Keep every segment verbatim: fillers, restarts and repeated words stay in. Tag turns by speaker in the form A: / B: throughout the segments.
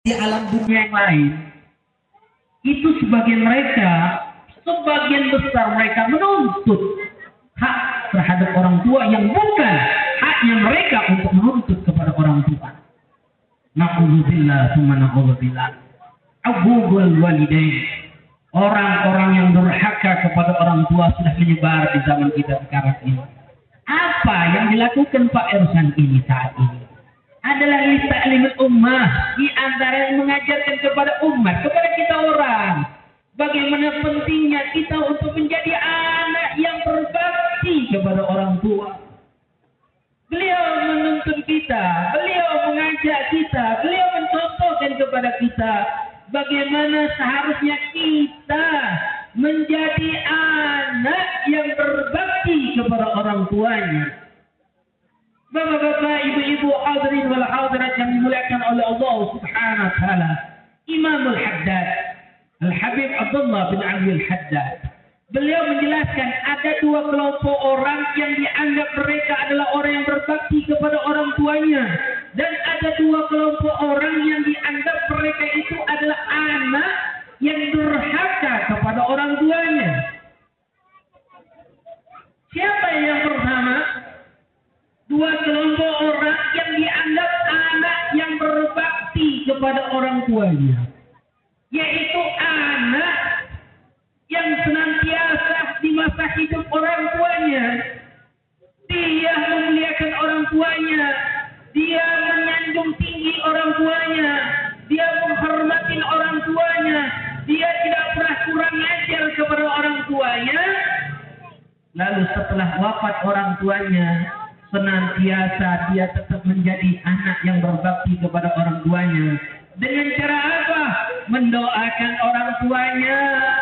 A: di alam dunia yang lain, itu sebagian mereka, sebagian besar mereka menuntut hak terhadap orang tua yang bukan haknya mereka untuk menuntut kepada orang tua. Na'udzubillah, summa na'udzubillah. Uququl walidain. Orang-orang yang durhaka kepada orang tua sudah menyebar di zaman kita sekarang ini. Apa yang dilakukan Pak Ersan ini saat ini adalah ta'limul ummah, di antara yang mengajarkan kepada umat, kepada kita orang, bagaimana pentingnya kita untuk menjadi anak yang berbakti kepada orang tua. Beliau menuntun kita, beliau mengajak kita, beliau mencontohkan kepada kita bagaimana seharusnya kita menjadi anak yang berbakti kepada orang tuanya. Bapak-bapak, ibu-ibu, hadirin wal hadirat yang dimuliakan oleh Allah Subhanahu wa taala. Imam Al-Haddad, Al-Habib Abdullah bin Ali Al-Haddad, beliau menjelaskan ada dua kelompok orang yang dianggap mereka adalah orang yang berbakti kepada orang tuanya, dan ada dua kelompok orang yang dianggap mereka itu adalah anak yang durhaka kepada orang tuanya. Siapa yang pertama? Dua kelompok orang yang dianggap anak yang berbakti kepada orang tuanya, yaitu anak yang senantiasa di masa hidup orang tuanya dia memuliakan orang tuanya, dia menyanjung tinggi orang tuanya, dia menghormati orang tuanya, dia tidak pernah kurang ajar kepada orang tuanya. Lalu setelah wafat orang tuanya, senantiasa dia tetap menjadi anak yang berbakti kepada orang tuanya. Dengan cara apa? Mendoakan orang tuanya,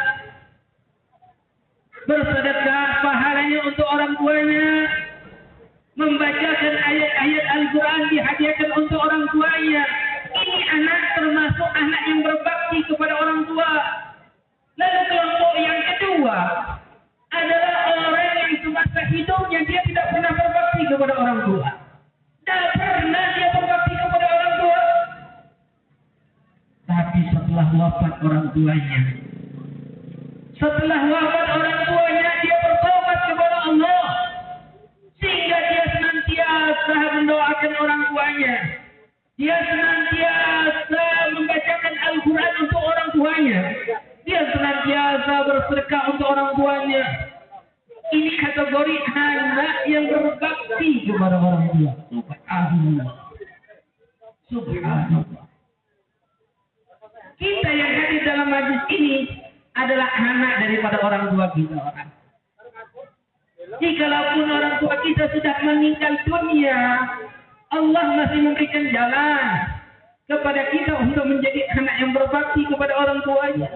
A: bersedekah pahalanya untuk orang tuanya, membacakan ayat-ayat Al-Quran dihadiahkan untuk orang tuanya. Ini anak termasuk anak yang berbakti kepada orang tua. Lalu kelompok yang kedua adalah orang yang semasa hidupnya dia tidak pernah berbakti kepada orang tua. Tidak pernah dia berbakti kepada orang tua. Tapi setelah wafat orang tuanya, setelah wafat orang tuanya, dia bertobat kepada Allah, sehingga dia senantiasa mendoakan orang tuanya. Dia senantiasa membacakan Al-Quran untuk orang tuanya. Dia senantiasa bersedekah untuk orang tuanya. Ini kategori anak yang berbakti kepada orang tua. Subhanallah. Subhanallah. Kita yang hadir dalam majlis ini adalah anak daripada orang tua kita orang. Jikalaupun orang tua kita sudah meninggal dunia, Allah masih memberikan jalan kepada kita untuk menjadi anak yang berbakti kepada orang tuanya.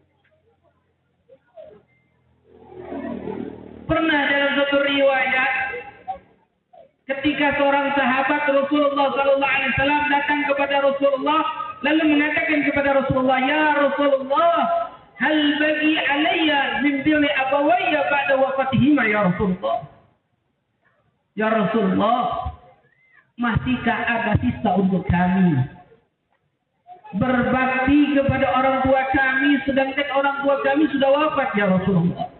A: Pernah dalam satu riwayat, ketika seorang sahabat Rasulullah Sallallahu Alaihi Wasallam datang kepada Rasulullah, lalu mengatakan kepada Rasulullah, "Ya Rasulullah, hal bagi alayya min birri abawayya ba'da wafatihima ya Rasulullah." Ya Rasulullah, masihkah ada sisa untuk kami berbakti kepada orang tua kami sedangkan orang tua kami sudah wafat ya Rasulullah?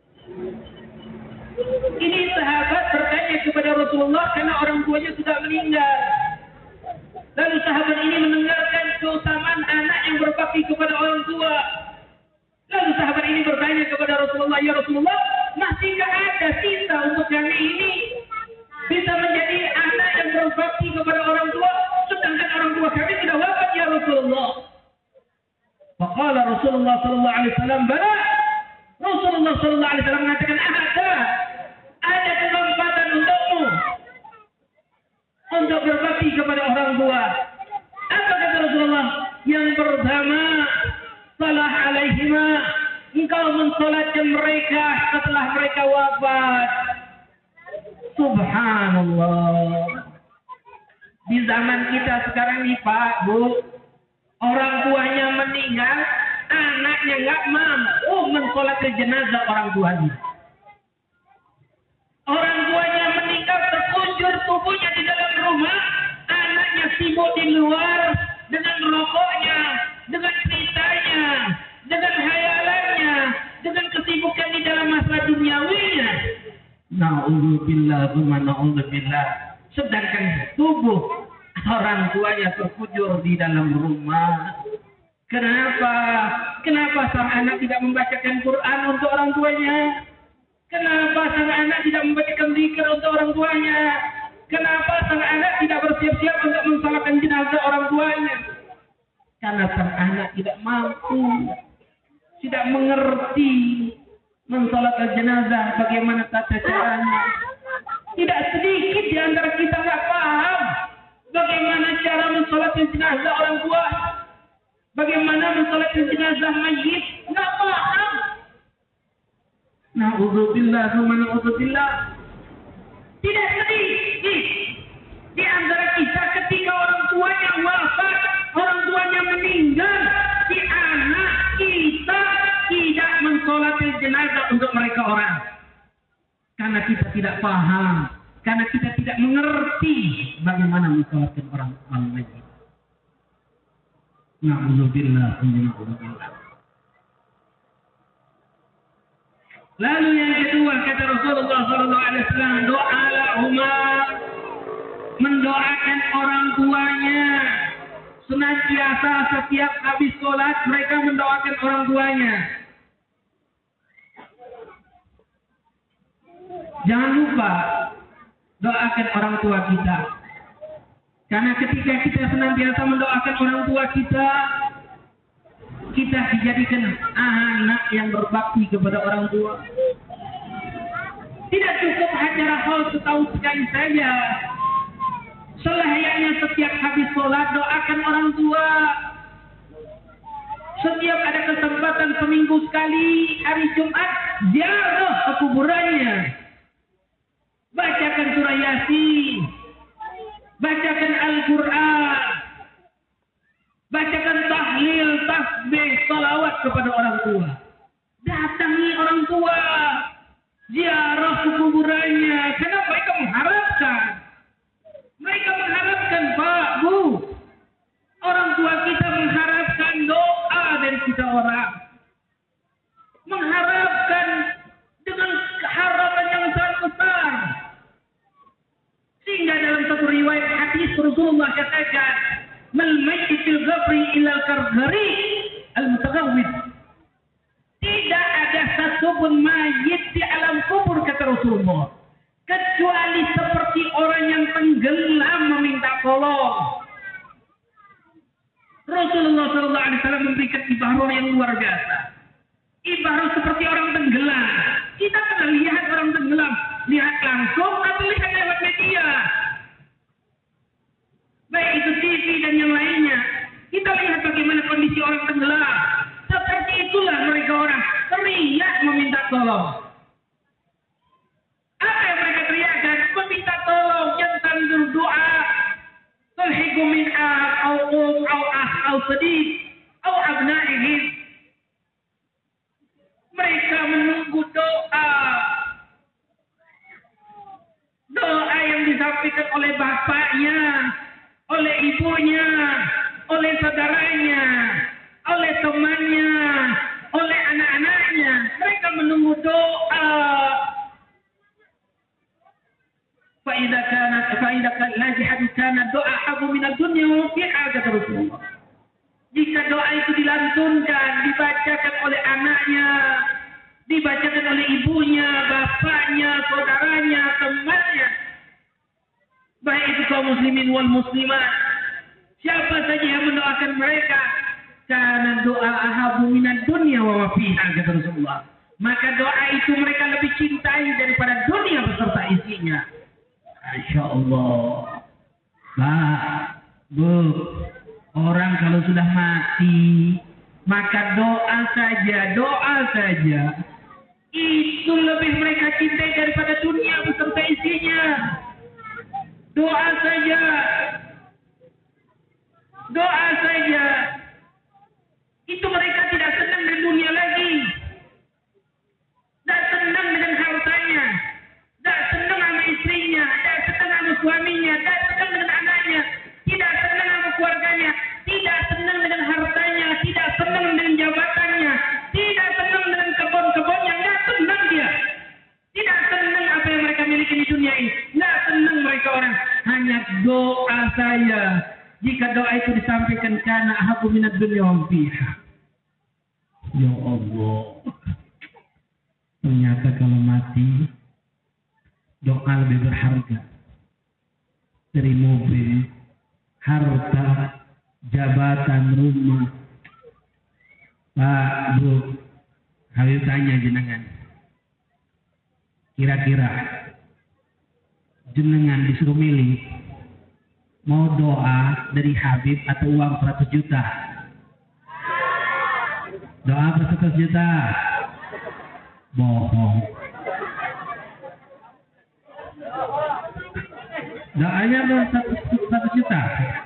A: Ini sahabat bertanya kepada Rasulullah karena orang tuanya sudah meninggal. Lalu sahabat ini mendengarkan keutamaan anak yang berbakti kepada orang tua. Lalu sahabat ini bertanya kepada Rasulullah, "Ya Rasulullah, masihkah ada sisa untuk kami ini bisa menjadi anak yang berbakti kepada orang tua sedangkan orang tua kami sudah wafat ya Rasulullah?" Faqala Rasulullah sallallahu alaihi wasallam, "Bala." Rasulullah sallallahu alaihi wasallam mengatakan, "Ada, ada kesempatan untukmu untuk berbakti kepada orang tua." Apa kata Rasulullah? Yang pertama, salah alaihima, engkau mensolatkan mereka setelah mereka wafat. Subhanallah. Di zaman kita sekarang nih Pak, Bu, orang tuanya meninggal, anaknya nggak mampu mensolatkan jenazah orang tuanya. Orang tuanya meninggal, terkunjur tubuhnya di dalam rumah, anaknya sibuk di luar dengan rokoknya, dengan ceritanya, dengan hayalannya, dengan kesibukan di dalam masalah duniawinya. Na'udzubillah, na'udzubillah. Sedangkan tubuh orang tuanya terkujur di dalam rumah. Kenapa? Kenapa sang anak tidak membacakan Quran untuk orang tuanya? Kenapa sang anak tidak membacakan zikir untuk orang tuanya? Kenapa sang anak tidak bersiap-siap untuk mensalatkan jenazah orang tuanya? Karena sang anak tidak mampu, tidak mengerti mensalatkan jenazah bagaimana tata caranya. Tidak sedikit di antara kita nggak paham bagaimana cara mensalatkan jenazah orang tua, bagaimana mensalatkan jenazah mayit, nggak paham. Na'udzubillah, na'udzubillah. Tidak sedikit di antara kita ketika orang tuanya wafat, orang tuanya meninggal, si anak kita tidak mensolatkan jenazah untuk mereka orang. Karena kita tidak paham, karena kita tidak mengerti bagaimana mensolatkan orang orang mayit. Na'udzubillah, na'udzubillah. Lalu yang kedua kata Rasulullah sallallahu alaihi wasallam, doa lahuma, mendoakan orang tuanya. Senantiasa setiap habis sholat mereka mendoakan orang tuanya. Jangan lupa doakan orang tua kita. Karena ketika kita senantiasa mendoakan orang tua kita, kita dijadikan anak yang berbakti kepada orang tua. Tidak cukup hanya hal setahun sekali saja. Selayaknya setiap habis sholat doakan orang tua. Setiap ada kesempatan seminggu sekali hari Jumat ziarah ke kuburannya. Bacakan surah Yasin, bacakan Al-Quran, bacakan tahlil, tasbih, salawat kepada orang tua. Datangi orang tua, ziarah ke kuburannya. Karena mereka mengharapkan, mereka mengharapkan Pak, Bu, orang tua kita mengharapkan doa dari kita orang, mengharapkan dengan harapan yang sangat besar. Sehingga dalam satu riwayat hadis Rasulullah katakan, mal mayyit fil qabri illa al-karghari al-mutaghawwid. Tidak ada satupun mayit di alam kubur kata Rasulullah kecuali seperti orang yang tenggelam meminta tolong. Rasulullah sallallahu alaihi wasallam memberikan ibarat yang luar biasa. Ibarat seperti orang tenggelam. Kita pernah lihat orang tenggelam, lihat langsung atau lihat lewat media, baik itu T V dan yang lainnya. Kita lihat bagaimana kondisi orang tenggelam. Seperti itulah mereka orang teriak meminta tolong. Apa yang mereka teriakkan? Meminta tolong, yang tandur doa. Tulhiku min ah, au um, au ah, au sedih, au abnaihim. Mereka menunggu doa. Doa yang disampaikan oleh bapaknya, oleh ibunya, oleh saudaranya, oleh temannya, oleh anak-anaknya. Mereka menunggu doa. Fa'idha kanat fa'idha kanat kanat doa habu minad dunya wa fiha kata Rasulullah. Jika doa itu dilantunkan, dibacakan oleh anaknya, dibacakan oleh ibunya, bapaknya, saudaranya, temannya, baik itu kaum muslimin wal muslimat, siapa saja yang mendoakan mereka, karena doa ahabu minad dunya wa fiha kata Rasulullah, maka doa itu mereka lebih cintai daripada dunia beserta isinya. Masya Allah. Pak, Bu, orang kalau sudah mati, maka doa saja, doa saja, itu lebih mereka cintai daripada dunia beserta isinya. Doa saja, doa saja, itu mereka tidak senang dengan dunia lagi, tidak senang dengan hartanya, tidak senang sama istrinya, tidak senang sama suaminya, tidak senang dengan anaknya, tidak senang sama keluarganya, tidak kana ahabbu minad dunya wa fiha. Ya Allah. Ternyata kalau mati doa lebih berharga dari mobil, harta, jabatan, rumah. Pak, Bu, Habib tanya jenengan. Kira-kira jenengan disuruh milih mau doa dari Habib atau uang seratus juta? Doa seratus juta? Bohong. Doanya seratus juta?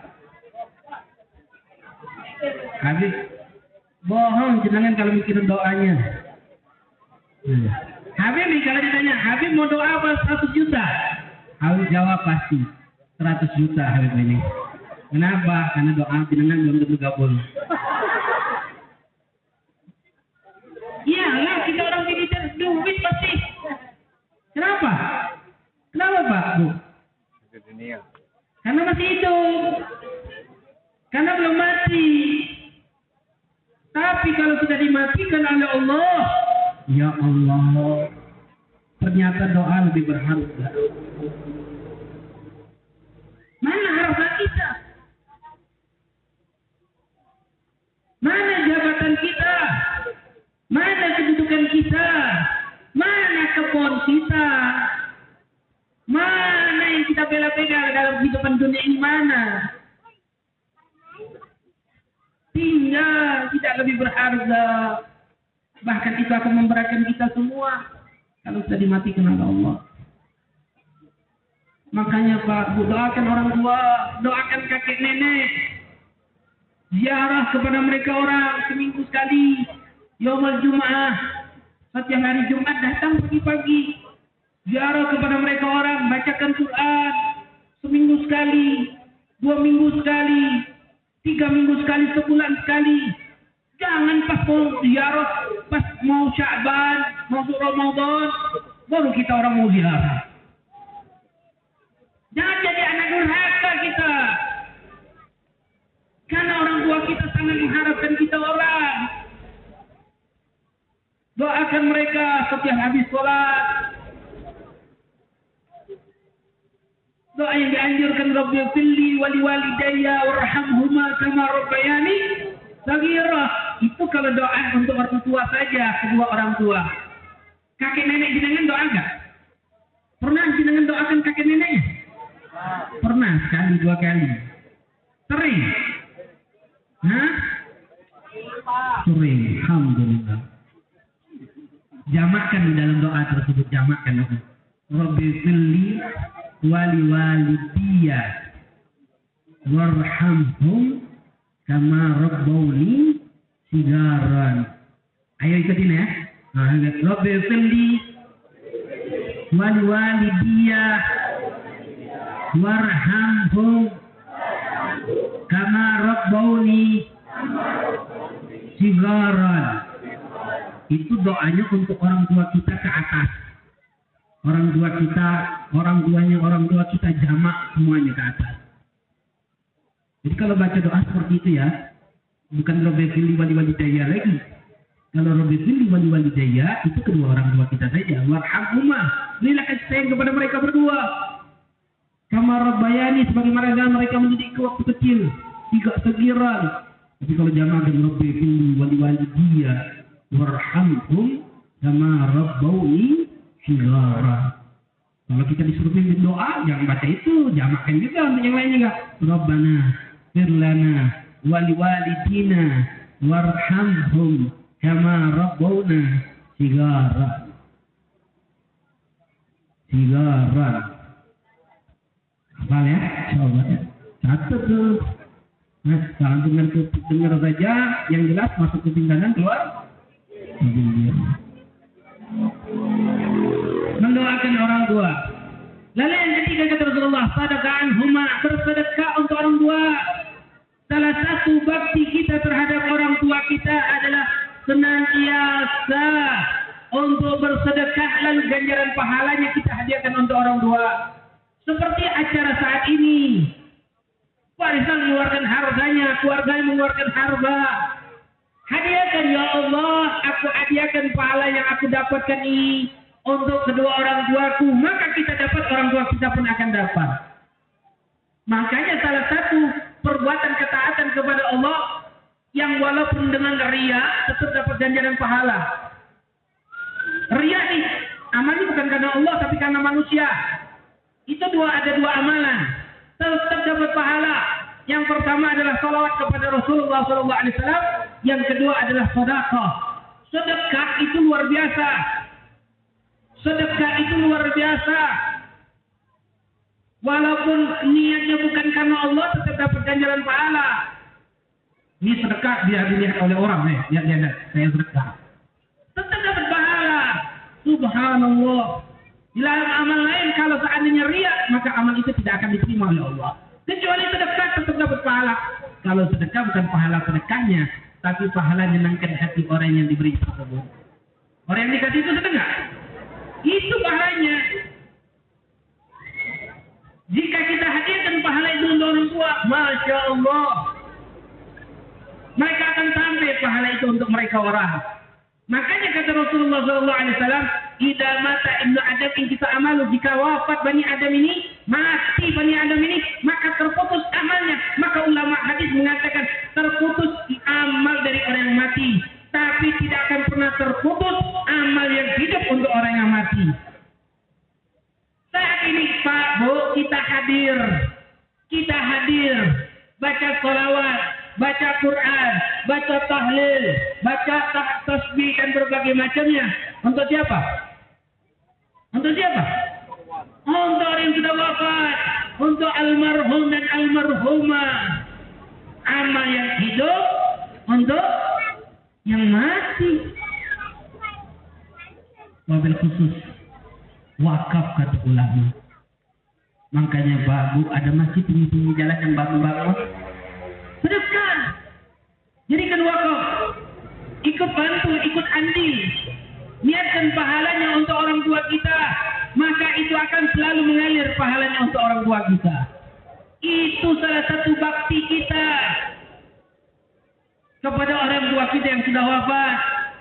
A: Habib bohong, jenengan kalau mikirin doanya. Hmm. Habib nih kalau ditanya, Habib mau doa apa seratus juta? Habib jawab pasti seratus juta Habib ini. Kenapa? Karena doa jenengan belum tentu kabul. Iyalah, kita orang militer duit pasti. Kenapa? Kenapa Pak, Bu? Karena masih hidup. Karena belum mati. Tapi kalau sudah dimatikan oleh Allah, ya Allah, ternyata doa lebih berharga. Mana harta kita? Mana jabatan kita? Mana kedudukan kita? Mana kebun kita? Mana yang kita bela-bela dalam kehidupan dunia ini mana? Tinggal tidak lebih berharga. Bahkan itu akan memberatkan kita semua kalau sudah dimatikan oleh Allah. Makanya Pak, doakan orang tua, doakan kakek nenek, ziarah kepada mereka orang seminggu sekali. Yaumul Jum'ah, setiap hari Jumat datang pagi-pagi, ziarah kepada mereka orang, bacakan Quran seminggu sekali, dua minggu sekali, tiga minggu sekali, sebulan sekali. Jangan pas mau ziarah, pas mau Sya'ban, masuk Ramadan, baru kita orang mau ziarah. Jangan jadi anak durhaka kita. Karena orang tua kita sangat mengharapkan kita orang. Doakan mereka setiap habis sholat. Doa yang dianjurkan, Rabbi filli wali walidayya warhamhuma kama rabbayani shaghira. Itu kalau doa untuk orang tua saja, kedua orang tua. Kakek nenek jenengan doa enggak? Pernah jenengan doakan kakek neneknya? Pernah sekali, dua kali. Sering? Hah? Sering, alhamdulillah. Jamakkan dalam doa tersebut, jamakkan. Rabbi filli wali walidiyya warhamhum kama rabbawni sigaran. Ayo ikutin ya. Rabbi filli wali walidiyya warhamhum kama rabbawni sigaran. Itu doanya untuk orang tua kita ke atas. Orang tua kita, orang tuanya orang tua kita jamak semuanya ke atas. Jadi kalau baca doa seperti itu ya, bukan Rabbi filli wali walidayya lagi. Kalau Rabbi filli wali walidayya itu kedua orang tua kita saja. Warhamhuma, berilah kasih sayang kepada mereka berdua. Kama rabbayani, sebagaimana mereka mendidik waktu kecil, tidak segiran. Tapi kalau jamak dengan Rabbi filli wali walidayya warhamhum kama rabbawni shighara. Kalau kita disuruh pimpin doa, jangan baca itu, jamakkan juga untuk yang lainnya enggak. Rabbana firlana wali walidina warhamhum kama rabbawna shighara. Shighara. Hafal ya? Coba catat tuh. Nah, kalau dengar dengar saja yang jelas masuk ke kanan, keluar. Mendoakan orang tua. Lalu yang ketiga kata Rasulullah, sedekah huma, bersedekah untuk orang tua. Salah satu bakti kita terhadap orang tua kita adalah senantiasa untuk bersedekah, lalu ganjaran pahalanya kita hadiahkan untuk orang tua. Seperti acara saat ini. Warisan mengeluarkan hartanya, keluarganya mengeluarkan harta. Hadiahkan ya Allah, aku hadiahkan pahala yang aku dapatkan ini untuk kedua orang tuaku, maka kita dapat, orang tua kita pun akan dapat. Makanya salah satu perbuatan ketaatan kepada Allah yang walaupun dengan ria tetap dapat ganjaran pahala. Ria nih, amalnya bukan karena Allah tapi karena manusia. Itu dua, ada dua amalan, tetap dapat pahala. Yang pertama adalah salawat kepada Rasulullah shallallahu alaihi wasallam. Yang kedua adalah sedekah. Sedekah itu luar biasa. Sedekah itu luar biasa. Walaupun niatnya bukan karena Allah, tetap dapat ganjaran pahala. Ini sedekah dia dilihat oleh orang, eh, lihat lihat saya sedekah. Tetap dapat pahala. Subhanallah. Di dalam amal lain kalau seandainya riya, maka amal itu tidak akan diterima oleh Allah. Kecuali sedekah tetap dapat pahala. Kalau sedekah bukan pahala sedekahnya, tapi pahala menyenangkan hati orang yang diberi tersebut. Orang yang dikasih itu sedekah. Itu pahalanya. Jika kita hadirkan pahala itu untuk orang tua, Masya Allah, mereka akan sampai pahala itu untuk mereka orang. Makanya kata Rasulullah shallallahu alaihi wasallam, "Idza mata ibnu Adam in kita amalu," jika wafat Bani Adam ini, mati Bani Adam ini, maka terputus amalnya. Maka ulama hadis mengatakan terputus amal dari orang yang mati, tapi tidak akan pernah terputus amal yang hidup untuk orang yang mati. Saat ini Pak Bu, kita hadir, kita hadir, baca sholawat, baca Quran, baca tahlil, baca tasbih dan berbagai macamnya. Untuk siapa? Untuk siapa? Untuk orang yang sudah wafat, untuk almarhum dan almarhumah. Amal yang hidup untuk yang mati. Wabil khusus wakaf kata ulama. Makanya bagus ada masjid pinggir-pinggir jalan yang bangun-bangun. Sedekah. Jadikan wakaf. Ikut bantu, ikut andil. Niatkan pahalanya untuk orang tua kita, maka itu akan selalu mengalir pahalanya untuk orang tua kita. Itu salah satu bakti kita kepada orang tua kita yang sudah wafat.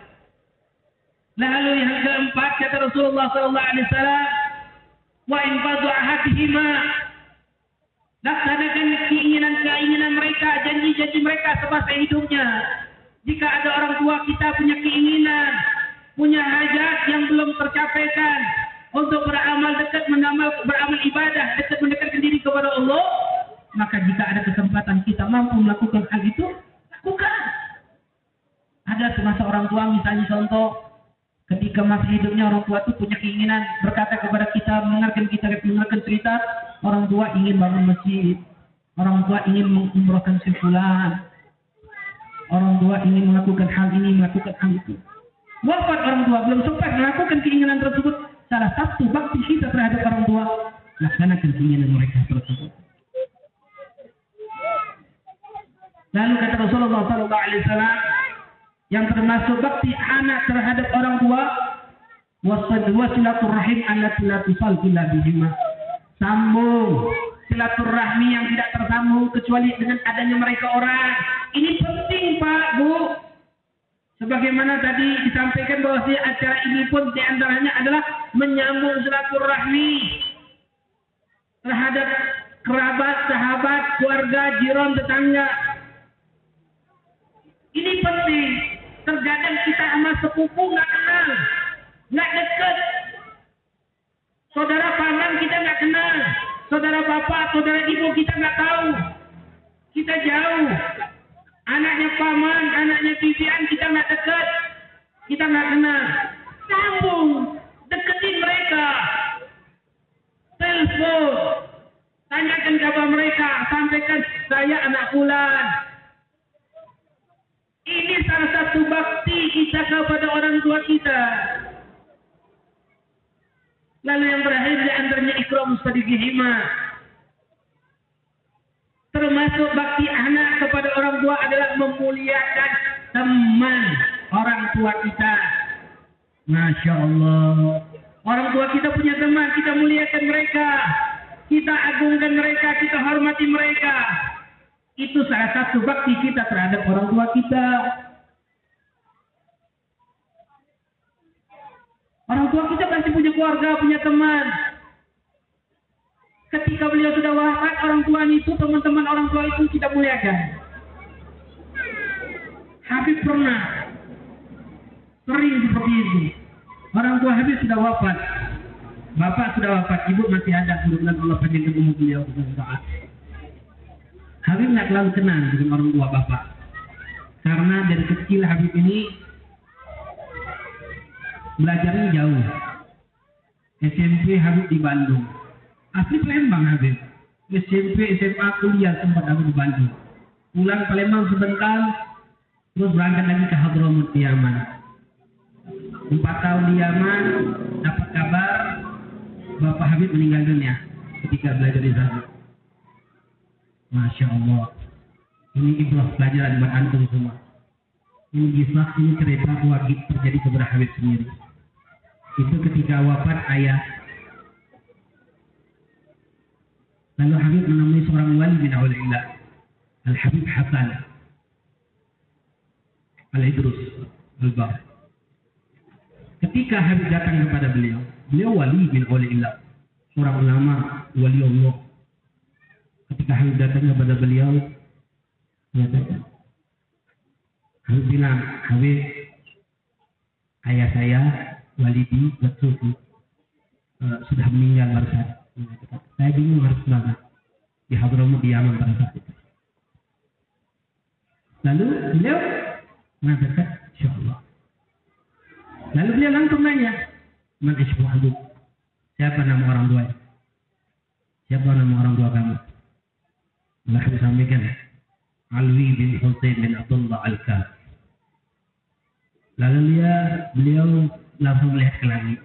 A: Lalu yang keempat kata Rasulullah shallallahu alaihi wasallam, wa in fadu ahadihima, laksanakan keinginan-keinginan mereka, janji-janji mereka semasa hidupnya. Jika ada orang tua kita punya keinginan, punya hajat yang belum tercapaikan untuk beramal dekat, mengamal, beramal ibadah, dekat mendekatkan diri kepada Allah, maka jika ada kesempatan kita mampu melakukan hal itu, lakukan. Ada semasa orang tua, misalnya contoh, ketika masa hidupnya orang tua itu punya keinginan berkata kepada kita, mendengarkan kita mendengarkan cerita, orang tua ingin bangun masjid, orang tua ingin mengumrahkan si fulan, orang tua ingin melakukan hal ini, melakukan hal itu. Wafat orang tua, belum sempat melakukan keinginan tersebut. Salah satu bakti kita terhadap orang tua, laksanakan keinginan mereka tersebut. Lalu kata Rasulullah shallallahu alaihi wasallam, yang termasuk bakti anak terhadap orang tua, wasilaturrahim allati la tusal illa bihima. Sambung silaturahmi yang tidak tersambung kecuali dengan adanya mereka orang. Ini penting Pak Bu. Sebagaimana tadi disampaikan bahwa acara ini pun diantaranya adalah menyambung silaturahmi terhadap kerabat, sahabat, keluarga, jiran, tetangga. Ini penting. Terkadang kita sama sepupu nggak kenal, nggak dekat. Saudara paman kita nggak kenal, saudara bapak, saudara ibu kita nggak tahu. Kita jauh. Anaknya paman, anaknya bibian kita nggak dekat, kita nggak kenal. Sambung, deketin mereka. Telepon, tanyakan kabar mereka, sampaikan saya anak fulan. Ini salah satu bakti kita kepada orang tua kita. Lalu yang berakhir di antaranya ikram sadiqihima. Termasuk bakti anak kepada orang tua adalah memuliakan teman orang tua kita. Masya Allah. Orang tua kita punya teman, kita muliakan mereka. Kita agungkan mereka, kita hormati mereka. Itu salah satu bakti kita terhadap orang tua kita. Orang tua kita pasti punya keluarga, punya teman. Ketika beliau sudah wafat, orang tua itu, teman-teman orang tua itu tidak muliakan. Habib pernah sering seperti itu. Orang tua Habib sudah wafat, bapak sudah wafat, ibu masih ada. Mudah-mudahan Allah panjangkan umur beliau. Habib nggak terlalu kenal dengan orang tua bapak, karena dari kecil Habib ini belajarnya jauh. S M P Habib di Bandung, asli Palembang Habib. S M P, S M A, kuliah sempat Habib di Bandung. Pulang Palembang sebentar, terus berangkat lagi ke Hadramut di Yaman. Empat tahun di Yaman, dapat kabar bapak Habib meninggal dunia ketika belajar di sana. Masya Allah, ini ibrah pelajaran buat antum semua. Ini kisah, ini cerita wajib terjadi kepada Habib sendiri. Itu ketika wafat ayah. Lalu Habib menemui seorang wali min awliyaillah, Al-Habib Hasan Al-Idrus Al-Bar. Ketika Habib datang kepada beliau, beliau wali min awliyaillah, seorang ulama wali Allah. Ketika Habib datang kepada beliau, dia datang. Habib bilang, Habib, ayah saya, Walidi, Watsufi, uh, sudah meninggal baru saja. Saya bingung harus kemana. Di Hadramut di Yaman pada saat itu. Lalu beliau mengatakan, Insya Allah. Lalu beliau langsung nanya, Man ismu Habib? Siapa nama orang tua? Siapa nama orang tua kamu? Allah sampaikan, Alwi bin Husain bin Abdullah Al-Kaf. Lalu dia, beliau langsung melihat ke langit.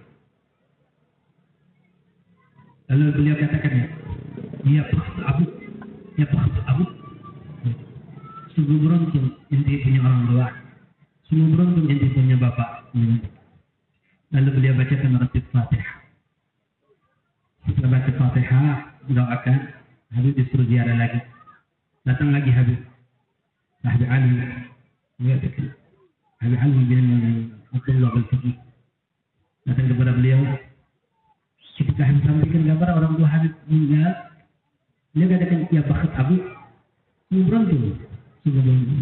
A: Lalu beliau katakan, ya Pak Abu, ya Pak Abu, sungguh beruntung ente punya orang tua, sungguh beruntung ente punya bapak. Lalu beliau bacakan ratib Fatihah. Setelah baca Fatihah, doakan, Habib disuruh ziarah lagi. Datang lagi Habib, Habib Ali, mengatakan, Habib Ali bin Abdullah Al-Faqih. Datang kepada beliau. Ketika Habib sampaikan kabar orang tua Habib meninggal, beliau katakan, ya Bakat Abu, sungguh beruntung, sungguh beruntung.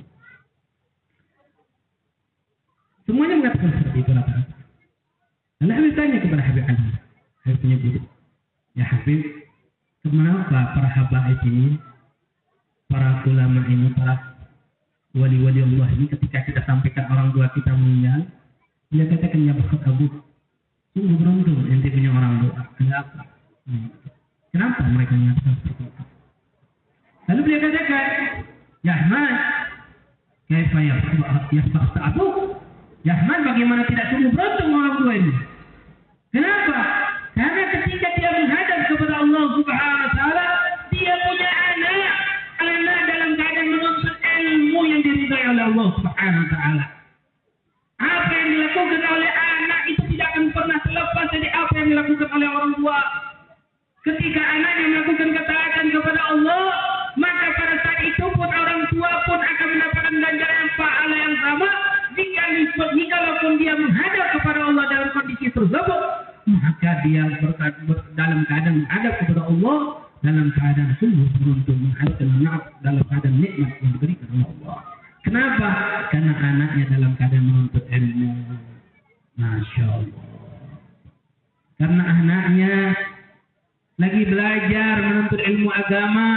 A: Semuanya mengatakan seperti itu rata-rata. Lalu Habib tanya kepada Habib Ali, Habib punya guru, ya Habib, kenapa para habaib ini, para ulama ini, para wali-wali Allah ini ketika kita sampaikan orang tua kita meninggal, dia katakan, ya Bakat Abu, sungguh beruntung ente punya orang tua. Ada apa? Hmm. Kenapa mereka mengatakan seperti itu? Lalu beliau katakan, ya Ahmad, kaifa ya Bakat Abu? Ya Ahmad, bagaimana tidak sungguh beruntung orang tua ini? Kenapa? Karena ketika dia menghadap kepada Allah Subhanahu wa taala, dia punya anak, anak dalam keadaan menuntut ilmu yang diridhai oleh Allah Subhanahu wa taala. Apa yang dilakukan oleh anak itu tidak akan pernah terlepas dari apa yang dilakukan oleh orang tua. Ketika anaknya melakukan ketaatan kepada Allah, maka pada saat itu pun orang tua pun akan mendapatkan ganjaran pahala yang sama. Jika jikalau dia menghadap kepada Allah dalam kondisi tersebut, maka dia ber, ber, dalam keadaan menghadap kepada Allah dalam keadaan sungguh beruntung, menghadap dalam keadaan nikmat yang diberikan oleh Allah. Kenapa? Karena anaknya dalam keadaan menuntut ilmu. Masya Allah. Karena anaknya lagi belajar menuntut ilmu agama.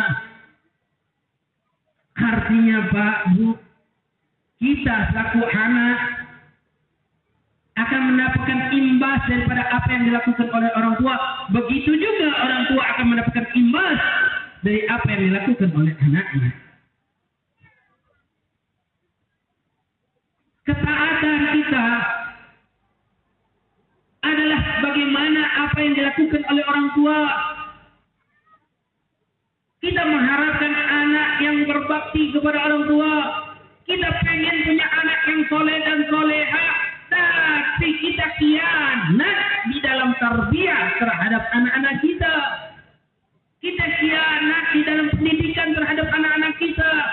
A: Artinya Pak, Bu, kita selaku anak akan mendapatkan imbas daripada apa yang dilakukan oleh orang tua. Begitu juga orang tua akan mendapatkan imbas dari apa yang dilakukan oleh anaknya. Ketaatan kita adalah bagaimana apa yang dilakukan oleh orang tua. Kita mengharapkan anak yang berbakti kepada orang tua. Kita pengen punya anak yang soleh dan soleha. Tapi kita khianat di dalam tarbiyah terhadap anak-anak kita. Kita khianat di dalam pendidikan terhadap anak-anak kita.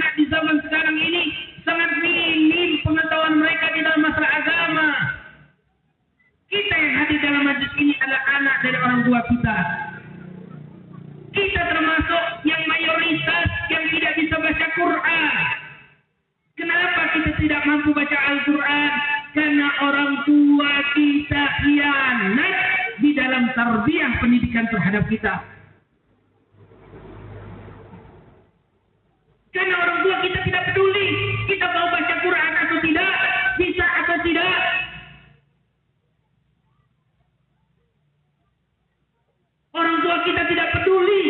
A: anak di zaman sekarang ini sangat minim pengetahuan mereka di dalam masalah agama. Kita yang hadir dalam majlis ini adalah anak dari orang tua kita. Kita termasuk yang mayoritas yang tidak bisa baca Quran. Kenapa kita tidak mampu baca Al-Quran? Karena orang tua kita khianat di dalam tarbiyah pendidikan terhadap kita. Karena orang tua kita tidak peduli kita mau baca Quran atau tidak, bisa atau tidak. Orang tua kita tidak peduli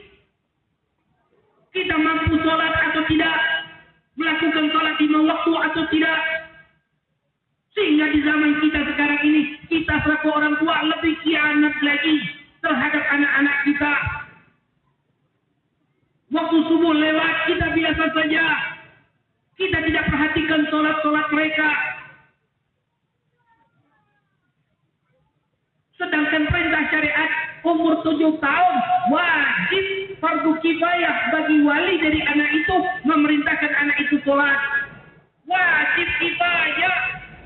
A: kita mampu sholat atau tidak, melakukan sholat lima waktu atau tidak. Sehingga di zaman kita sekarang ini, kita selaku orang tua lebih khianat lagi terhadap anak-anak kita. Waktu subuh lewat, kita biasa saja. Kita tidak perhatikan sholat-sholat mereka. Sedangkan perintah syariat umur tujuh tahun wajib fardu kifayah bagi wali dari anak itu memerintahkan anak itu sholat. Wajib kifayah.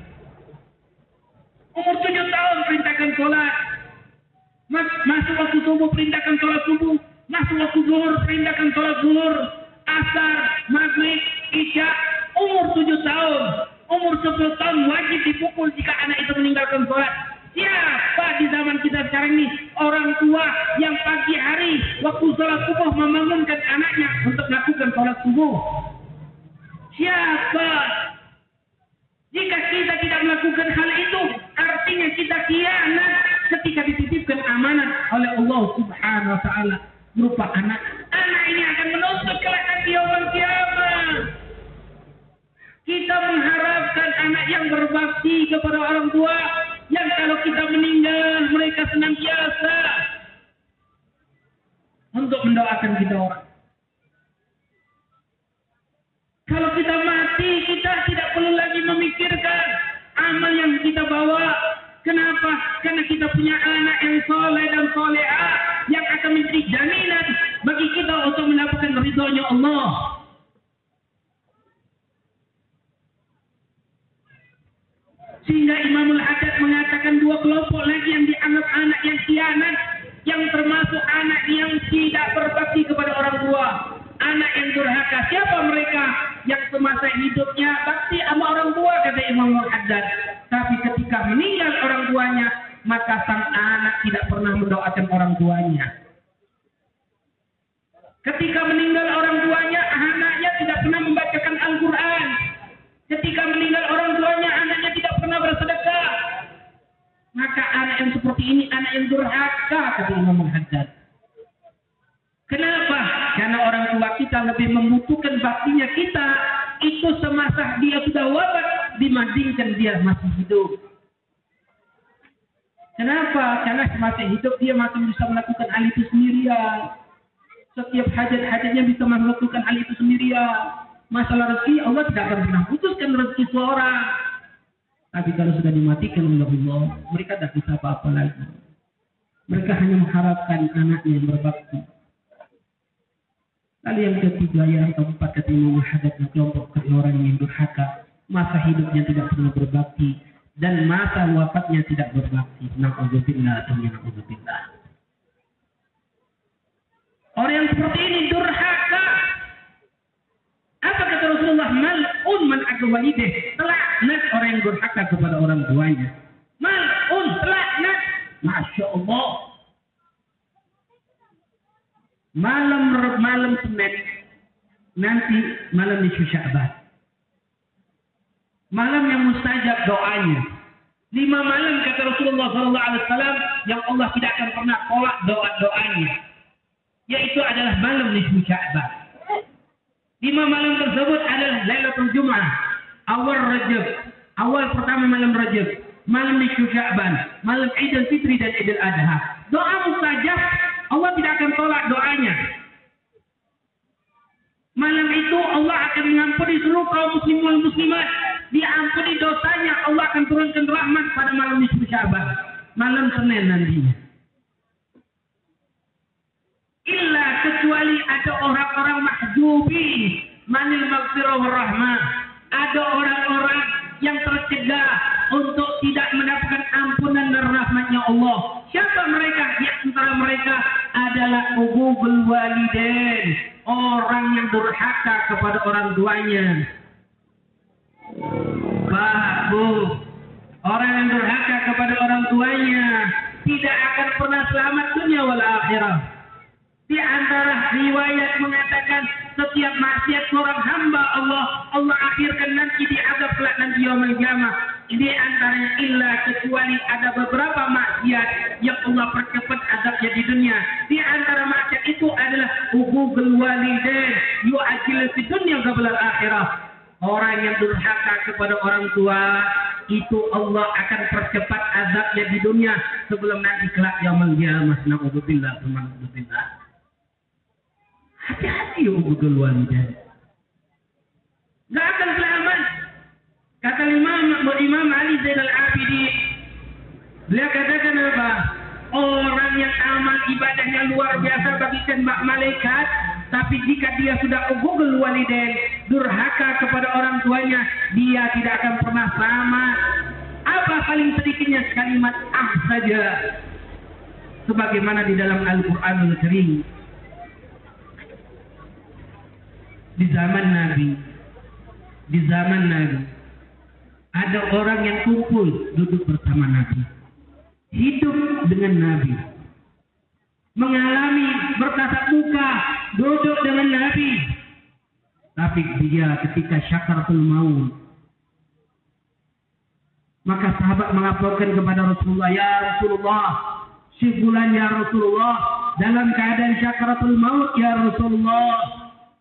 A: Umur tujuh tahun perintahkan sholat. Mas, masuk waktu subuh perintahkan sholat subuh. Masuk waktu zuhur perintahkan sholat zuhur. Asar, maghrib, isya. Umur tujuh tahun. Umur sepuluh tahun wajib dipukul jika anak itu meninggalkan sholat. Siapa di zaman kita sekarang ini orang tua yang pagi hari waktu sholat subuh membangunkan anaknya untuk melakukan sholat subuh? Siapa? Jika kita tidak melakukan hal itu, artinya kita khianat ketika dititipkan amanat oleh Allah Subhanahu wa taala berupa anak. Anak ini akan menuntut kelak di yaumul kiamah. Kita mengharapkan anak yang berbakti kepada orang tua, yang kalau kita meninggal mereka senantiasa untuk mendoakan kita orang. Kalau kita mati, kita tidak perlu lagi memikirkan amal yang kita bawa. Kenapa? Karena kita punya anak yang soleh dan solehah yang akan menjadi jaminan bagi kita untuk mendapatkan ridhonya Allah. Sehingga Imamul Haddad mengatakan dua kelompok lagi yang dianggap anak yang khianat, yang termasuk anak yang tidak berbakti kepada orang tua, anak yang durhaka. Siapa mereka? Yang semasa hidupnya bakti sama orang tua, kata Imamul Haddad, tapi ketika meninggal orang tuanya, maka sang anak tidak pernah mendoakan orang tuanya. Ketika meninggal orang tuanya, anaknya tidak pernah membacakan Al-Quran. Ketika meninggal orang tuanya, anaknya tidak pernah bersedekah. Maka anak yang seperti ini anak yang durhaka, kata Imam Haddad. Kenapa? Karena orang tua kita lebih membutuhkan baktinya kita itu semasa dia sudah wafat dibandingkan dia masih hidup. Kenapa? Karena semasa hidup dia masih bisa melakukan hal itu sendirian. Setiap hajat-hajatnya bisa melakukan hal itu sendirian. Masalah rezeki Allah tidak akan pernah putuskan rezeki seorang. Tapi kalau sudah dimatikan oleh Allah, mereka tidak bisa apa-apa lagi. Mereka hanya mengharapkan anaknya yang berbakti. Lalu yang ketiga, yang keempat, kata Imam Haddad, yang kelompok orang yang durhaka, masa hidupnya tidak pernah berbakti dan masa wafatnya tidak berbakti. Na'udzubillah, na'udzubillah. Orang yang seperti ini durhaka. Apa kata Rasulullah? Mal'un man akwalideh. Telaknat orang yang durhaka kepada orang tuanya. Mal'un, telaknat. Masya Allah. Malam malam Senin, nanti malam di Sya'ban. Malam yang mustajab doanya. Lima malam kata Rasulullah Sallallahu Alaihi Wasallam yang Allah tidak akan pernah tolak doa-doanya. Yaitu adalah malam di Sya'ban. Lima malam tersebut adalah Lailatul Jum'ah, awal Rajab, awal pertama malam Rajab, malam nisfu Sya'ban, malam Idul Fitri dan Idul Adha. Doa mustajab, Allah tidak akan tolak doanya. Malam itu Allah akan mengampuni seluruh kaum muslimin wal muslimat. Diampuni dosanya, Allah akan turunkan rahmat pada malam nisfu Sya'ban, malam Senin nantinya. Illa kecuali ada orang-orang mahjubi manil wa rahmah. Ada orang-orang yang tercegah untuk tidak mendapatkan ampunan dan rahmatnya Allah. Siapa mereka? Di antara mereka adalah uququl walidain, orang yang durhaka kepada orang tuanya. Pak, Bu, orang yang durhaka kepada orang tuanya tidak akan pernah selamat dunia wal akhirah. Di antara riwayat mengatakan setiap maksiat seorang hamba Allah, Allah akhirkan nanti di azab kelak nanti yaumul qiyamah. Di antaranya illa kecuali ada beberapa maksiat yang Allah percepat azabnya di dunia. Di antara maksiat itu adalah uququl walidain, yu'ajjil fi dunya qabla al-akhirah. Orang yang durhaka kepada orang tua itu Allah akan percepat azabnya di dunia sebelum nanti kelak yaumul qiyamah. Na'udzubillah, na'udzubillah. Hati-hati ya uququl walidain. Gak akan selamat. Kata Imam Imam Ali Zainal Abidin, beliau katakan apa? Orang yang amal ibadahnya luar biasa bagikan malaikat, tapi jika dia sudah uququl walidain, durhaka kepada orang tuanya, dia tidak akan pernah selamat. Apa paling sedikitnya kalimat ah saja, sebagaimana di dalam Al-Qur'anul Karim. Di zaman Nabi, di zaman Nabi, ada orang yang kumpul duduk bersama Nabi, hidup dengan Nabi, mengalami bertatap muka, duduk dengan Nabi. Tapi dia ketika syakaratul maut, maka sahabat melaporkan kepada Rasulullah, ya Rasulullah, si fulan ya Rasulullah dalam keadaan syakaratul maut ya Rasulullah.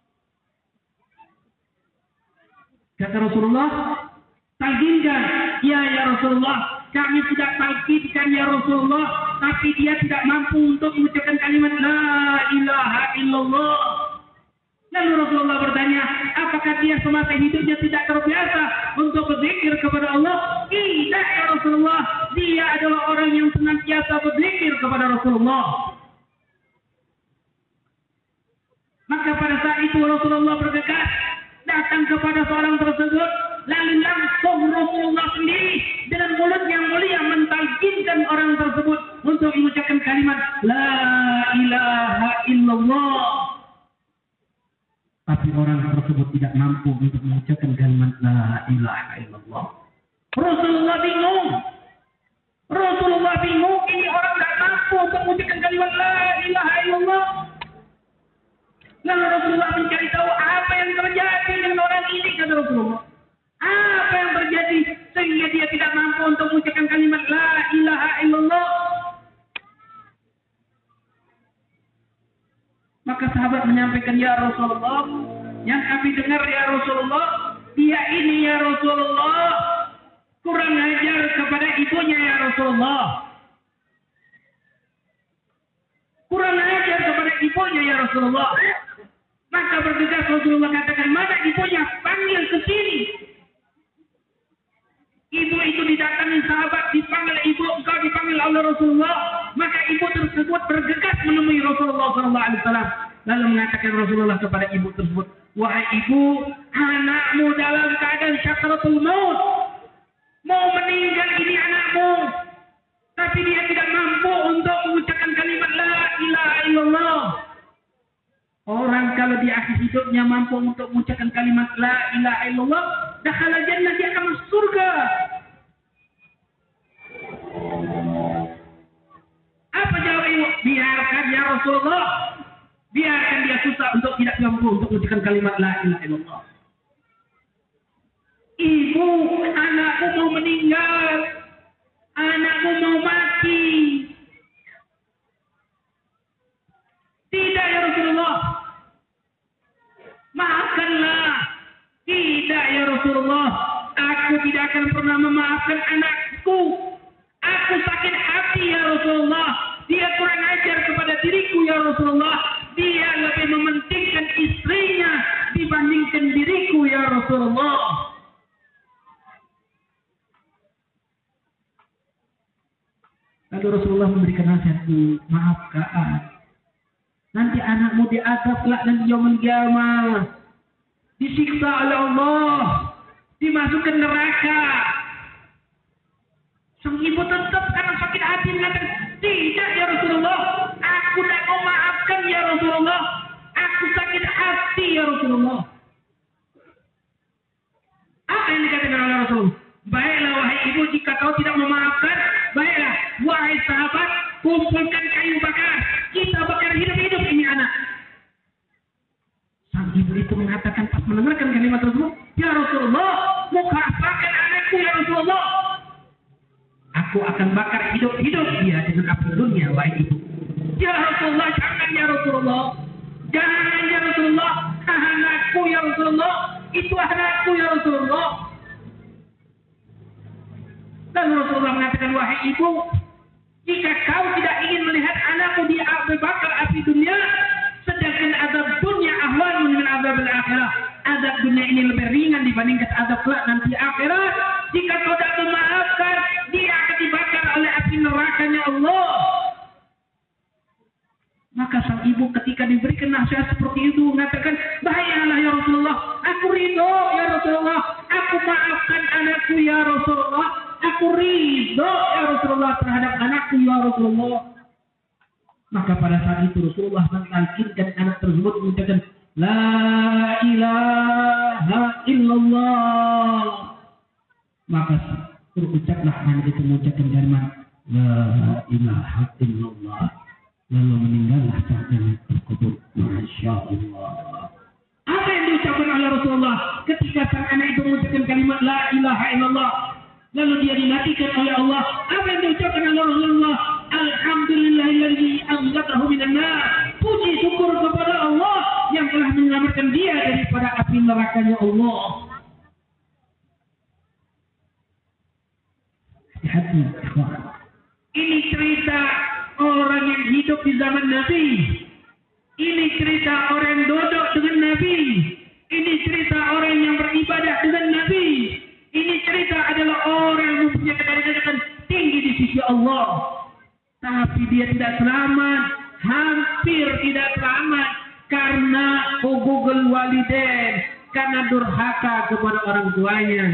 A: Kata Rasulullah, talqinkan. Ya ya Rasulullah, kami sudah talqinkan ya Rasulullah, tapi dia tidak mampu untuk mengucapkan kalimat la ilaha illallah. Lalu Rasulullah bertanya, apakah dia semasa hidupnya tidak terbiasa untuk berzikir kepada Allah? Tidak ya Rasulullah, dia adalah orang yang senantiasa berzikir kepada Rasulullah. Maka pada saat itu Rasulullah bergegas datang kepada seorang tersebut, lalu langsung Rasulullah sendiri dengan mulut yang mulia mentalkinkan orang tersebut untuk mengucapkan kalimat la ilaha illallah. Tapi orang tersebut tidak mampu untuk mengucapkan kalimat la ilaha illallah. Rasulullah bingung. Rasulullah bingung, ini orang tidak mampu untuk mengucapkan kalimat la ilaha illallah. Lalu Rasulullah mencari tahu apa yang terjadi dengan orang ini, kata Rasulullah. Apa yang terjadi sehingga dia tidak mampu untuk mengucapkan kalimat la ilaha illallah. Maka sahabat menyampaikan, ya Rasulullah, yang kami dengar ya Rasulullah, dia ini ya Rasulullah kurang ajar kepada ibunya ya Rasulullah. Kurang ajar kepada ibunya ya Rasulullah. Maka bergegas Rasulullah katakan, mana ibunya? Panggil ke sini. Ibu itu didatangi sahabat, dipanggil ibu, engkau dipanggil oleh Rasulullah. Maka ibu tersebut bergegas menemui Rasulullah shallallahu alaihi wasallam. Lalu mengatakan Rasulullah kepada ibu tersebut, wahai ibu, anakmu dalam keadaan syakaratul maut. Mau meninggal ini anakmu. Tapi dia tidak mampu untuk mengucapkan kalimat la ilaha illallah. Orang kalau di akhir hidupnya mampu untuk mengucapkan kalimat la ilaha illallah, dakhala jannah, dia akan masuk surga. Apa jawab ibu? Biarkan ya Rasulullah. Biarkan dia susah untuk tidak mampu untuk mengucapkan kalimat la ilaha illallah. Ibu, anakku mau meninggal. Anakku mau mati. Tidak ya Rasulullah. Maafkanlah. Tidak ya Rasulullah. Aku tidak akan pernah memaafkan anakku. Aku sakit hati ya Rasulullah. Dia kurang ajar kepada diriku ya Rasulullah. Dia lebih mementingkan istrinya dibandingkan diriku ya Rasulullah. Lalu Rasulullah memberikan nasihat, maafkan. Nanti anakmu diazab kelak nanti yaumul qiyamah. Di disiksa oleh Allah, dimasukkan neraka. Sang ibu tetap karena sakit hati mengatakan, tidak ya Rasulullah, aku tidak mau maafkan ya Rasulullah, aku sakit hati ya Rasulullah. Apa yang dikatakan oleh Rasul? Baiklah wahai ibu, jika kau tidak memaafkan, baiklah wahai sahabat, kumpulkan kayu bakar, kita bakar hidup-hidup ini anak. Sang ibu itu mengatakan pas mendengarkan kalimat tersebut, ya Rasulullah, mau kau apakan anakku ya Rasulullah? Aku akan bakar hidup-hidup dia dengan api dunia, wahai ibu. Ya Rasulullah, jangan ya Rasulullah, jangan ya Rasulullah, anakku ya Rasulullah, itu anakku ya Rasulullah. Dan Rasulullah mengatakan, wahai ibu, jika kau tidak ingin melihat anakmu dibakar api dunia, sedangkan azab dunia ahwan min azab al-akhirah, azab dunia ini lebih ringan dibandingkan azab kelak nanti akhirat. Jika kau tidak memaafkan, dia akan dibakar oleh api nerakanya Allah. Maka sang ibu ketika diberikan nasihat seperti itu mengatakan, bahayalah ya Rasulullah, aku ridho ya Rasulullah, aku maafkan anakku ya Rasulullah, aku ridho ya Rasulullah terhadap anakku ya Rasulullah. Maka pada saat itu Rasulullah mentalkinkan anak tersebut mengucapkan, la ilaha illallah. Maka terucaplah anak itu mengucapkan kalimat la ilaha illallah. Lalu meninggallah sang anak tersebut. Masya Allah. Apa yang diucapkan oleh Rasulullah ketika sang anak itu mengucapkan kalimat la ilaha illallah, lalu dia dimatikan oleh Allah? Apa yang diucapkan oleh Rasulullah? Alhamdulillahilladzi anqadhahu minan nar. Puji syukur kepada Allah yang telah menyelamatkan dia daripada api nerakanya Allah. Hati-hati, ikhwan. Ini cerita orang yang hidup di zaman Nabi. Ini cerita orang yang duduk dengan Nabi. Ini cerita orang yang beribadah dengan Nabi. Ini cerita adalah orang yang mempunyai derajat tinggi di sisi Allah. Tapi dia tidak selamat, hampir tidak selamat karena hukukul walidain, karena durhaka kepada orang tuanya.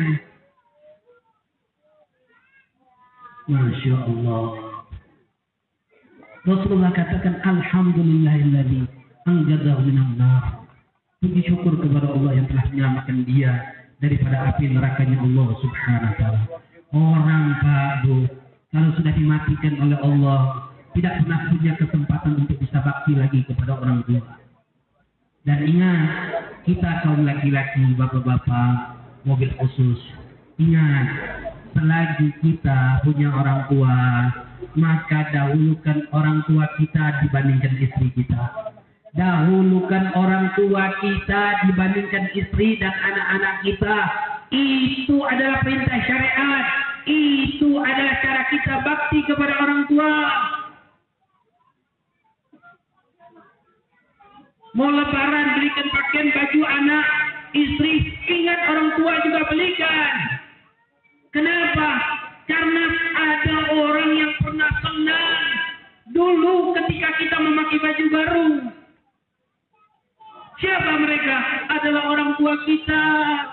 A: Masya Allah. Rasulullah katakan, alhamdulillahilladzi anqadhahu minan nar. Puji syukur kepada Allah yang telah menyelamatkan dia daripada api nerakanya Allah Subhanahu wa taala. Orang Pak Bu, kalau sudah dimatikan oleh Allah, tidak pernah punya kesempatan untuk bisa bakti lagi kepada orang tua. Dan ingat, kita kaum laki-laki, bapak-bapak, mobil khusus, ingat, selagi kita punya orang tua, maka dahulukan orang tua kita dibandingkan istri kita. Dahulukan orang tua kita dibandingkan istri dan anak-anak kita. Itu adalah perintah syariat. Itu adalah cara kita bakti kepada orang tua. Mau lebaran belikan pakaian baju anak, istri, ingat orang tua juga belikan. Kenapa? Karena ada orang yang pernah senang dulu ketika kita memakai baju baru. Siapa mereka? Adalah orang tua kita.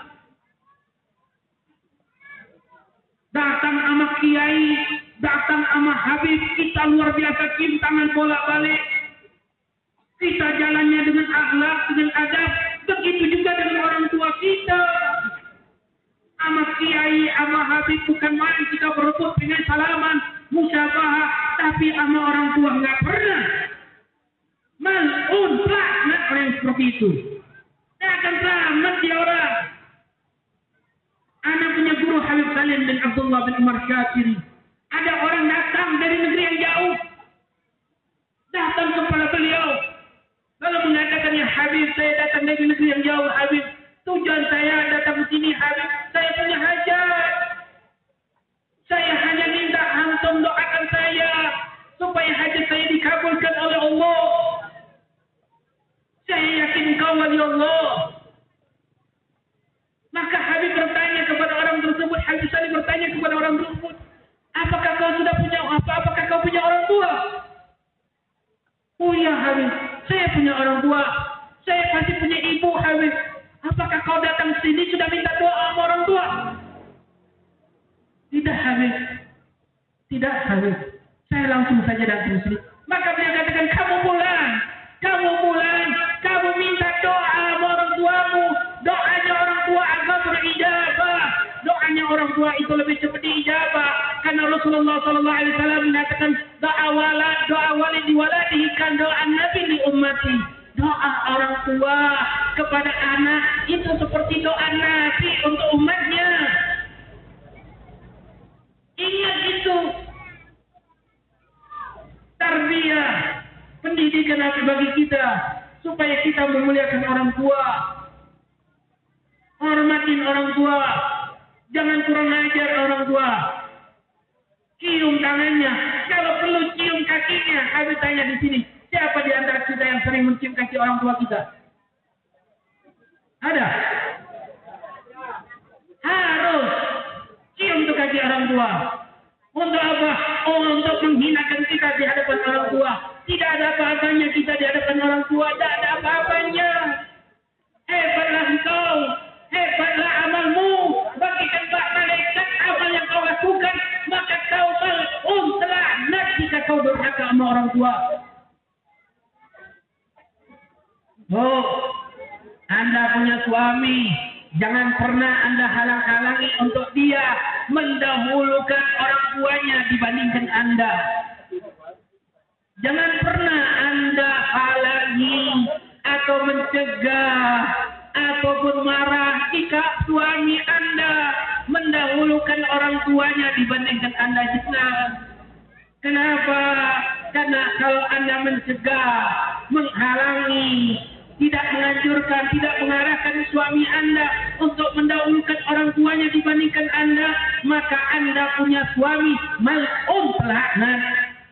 A: Datang sama kiai, datang sama habib, kita luar biasa cium tangan bolak-balik. Kita jalannya dengan akhlak, dengan adab. Begitu juga dengan orang tua kita. Sama kiai, sama habib bukan main kita berebut dengan salaman, musyabahah, tapi sama orang tua nggak pernah. Mal'un, laknat orang yang seperti itu. Dia akan selamat dia orang. Anak punya guru Habib Salim bin Abdullah bin Umar Syatiri. Ada orang datang dari negeri yang jauh, datang kepada beliau, lalu mengatakan, ya Habib, saya datang dari negeri yang jauh Habib. Tujuan saya datang ke sini Habib, saya punya hajat. Saya hanya minta antum doakan saya supaya hajat saya dikabulkan oleh Allah. Saya yakin kau wali Allah. Maka Habib bertanya kepada orang tersebut, Habib Salim bertanya kepada orang tersebut, apakah kau sudah punya apa? Apakah kau punya orang tua? Oh ya Habib, saya punya orang tua. Saya pasti punya ibu Habib. Apakah kau sini sudah minta doa sama orang tua. Tidak Habib. Tidak Habib. Saya langsung saja datang ke sini. Maka dia katakan, kamu pulang. Kamu pulang. Kamu minta doa sama orang tuamu. Doanya orang tua agar berijabah. Doanya orang tua itu lebih cepat diijabah. Karena Rasulullah Sallallahu Alaihi Wasallam mengatakan, doa walad, doa walid diwaladihi kan doa Nabi li ummati. Doa orang tua kepada anak itu seperti doa Nabi untuk umatnya. Ingat itu. Tarbiyah, pendidikan Nabi bagi kita supaya kita memuliakan orang tua. Hormatin orang tua. Jangan kurang ajar orang tua. Cium tangannya. Kalau perlu cium kakinya. Habis tanya di sini. Siapa di antara kita yang sering mencium kaki orang tua kita? Ada? Harus cium tuh kaki orang tua. Untuk apa? Oh, untuk menghinakan kita di hadapan orang tua. Tidak ada apa-apanya kita di hadapan orang tua. Tidak ada apa-apanya. Hebatlah engkau. Hebatlah amalmu. Bagikan bak malaikat amal yang kau lakukan. Maka kau mal'un terlaknat jika kau durhaka sama orang tua. Oh, Anda punya suami. Jangan pernah Anda halang-halangi untuk dia mendahulukan orang tuanya dibandingkan Anda. Jangan pernah Anda halangi atau mencegah ataupun marah jika suami Anda mendahulukan orang tuanya dibandingkan Anda. Jangan. Kenapa? Karena kalau Anda mencegah, menghalangi, tidak menganjurkan, tidak mengarahkan suami Anda untuk mendahulukan orang tuanya dibandingkan Anda, maka Anda punya suami mal'un pelaknat.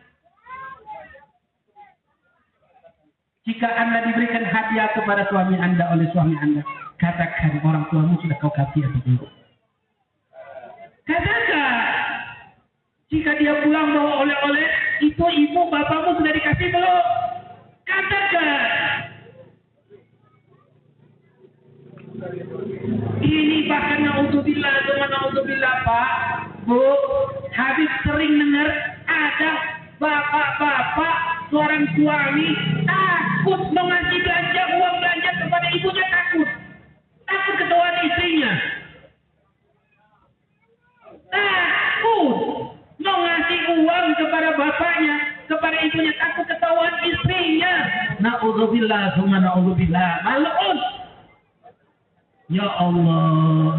A: Jika Anda diberikan hadiah kepada suami Anda oleh suami Anda, katakan orang tuamu sudah kau kasih atau belum. Katakan, jika dia pulang bawa oleh-oleh, itu ibu bapakmu sudah dikasih belum? Katakan. Ini bahkan na'udzubillah, na'udzubillah Pak, Bu, Habib sering dengar ada bapak-bapak, seorang suami takut mau ngasih belanja, uang belanja kepada ibunya, takut. Takut ketahuan istrinya. Takut mau ngasih uang kepada bapaknya, kepada ibunya, takut ketahuan istrinya. Na'udzubillah, na'udzubillah, mal'un. Ya Allah.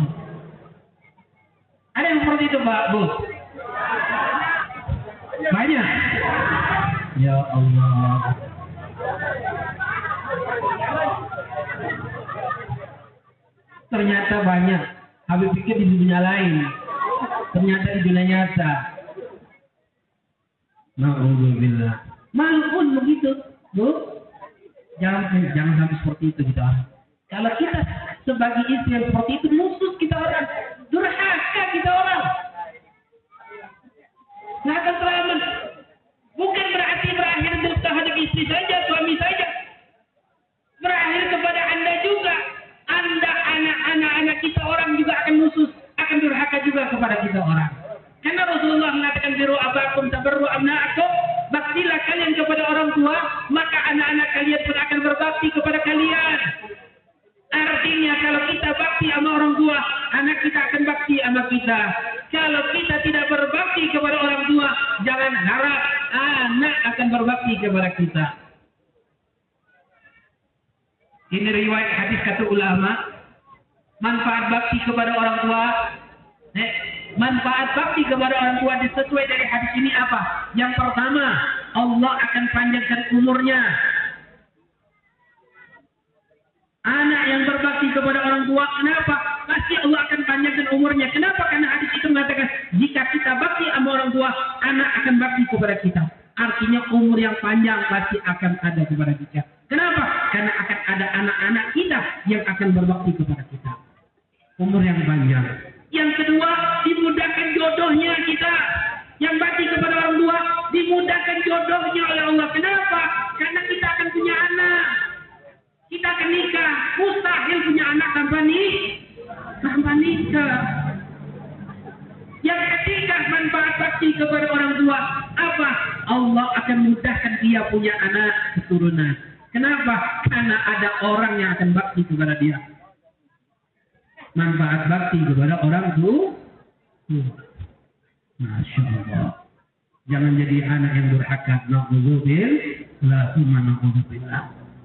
A: Ada yang seperti itu Pak, Bu? Banyak. Ya Allah. Ternyata banyak. Habib pikir di dunia lain. Ternyata di dunia nyata. Na'udzubillah. Mal'un begitu, Bu. Jangan jangan sampai seperti itu kita. Kalau kita sebagai istri yang seperti itu, musuh kita orang, durhaka kita orang, nggak akan selamat. Bukan berarti berakhir terhadap istri saja, suami saja, berakhir kepada Anda juga. Anda, anak-anak anak kita orang juga akan musuh, akan durhaka juga kepada kita orang. Karena Rasulullah mengatakan biru abakum tabarru abna'akum, baktilah kalian kepada orang tua, maka anak-anak kalian pun akan berbakti kepada kalian. Artinya kalau kita bakti sama orang tua, anak kita akan bakti sama kita. Kalau kita tidak berbakti kepada orang tua, jangan harap anak akan berbakti kepada kita. Ini riwayat hadis kata ulama. Manfaat bakti kepada orang tua, eh, manfaat bakti kepada orang tua sesuai dari hadis ini apa? Yang pertama, Allah akan panjangkan umurnya. Anak yang berbakti kepada orang tua, kenapa? Pasti Allah akan panjangkan umurnya. Kenapa? Karena hadis itu mengatakan, jika kita bakti sama orang tua, anak akan bakti kepada kita. Artinya umur yang panjang pasti akan ada kepada kita. Kenapa? Karena akan ada anak-anak kita yang akan berbakti kepada kita. Umur yang panjang. Yang kedua, dimudahkan jodohnya kita. Yang bakti kepada orang tua, dimudahkan jodohnya oleh Allah. Kenapa? Karena kita akan punya anak. Kita akan nikah, mustahil punya anak tanpa nih, tanpa nikah. Yang ketiga, manfaat bakti kepada orang tua apa? Allah akan mudahkan dia punya anak keturunan. Kenapa? Karena ada orang yang akan bakti kepada dia. Manfaat bakti kepada orang tua. Masya Allah. Jangan jadi anak yang durhaka. Na'udzubillah, summa na'udzubillah.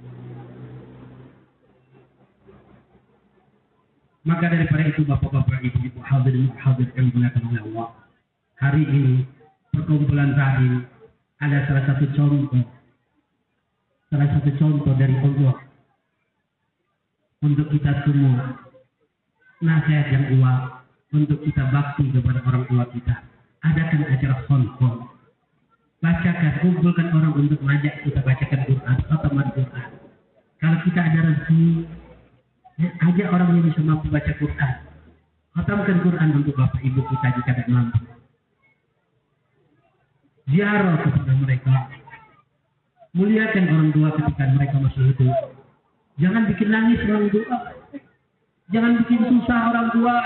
A: Maka daripada itu bapak-bapak, ibu-ibu, hadirin hadir yang dimuliakan oleh Allah. Hari ini perkumpulan tadi ada salah satu contoh, salah satu contoh dari Allah untuk kita semua. Nasihat yang kuat untuk kita bakti kepada orang tua kita. Adakan acara khonfon. Bacakan, kumpulkan orang untuk mengajak kita bacakan Quran, khataman Quran. Kalau kita ada rezeki, ya, ajak orang yang bisa mampu baca Quran. Khatamkan Quran untuk bapak ibu kita jika tidak mampu. Ziarah kepada mereka. Muliakan orang tua ketika mereka masih hidup. Jangan bikin nangis orang tua. Jangan bikin susah orang tua.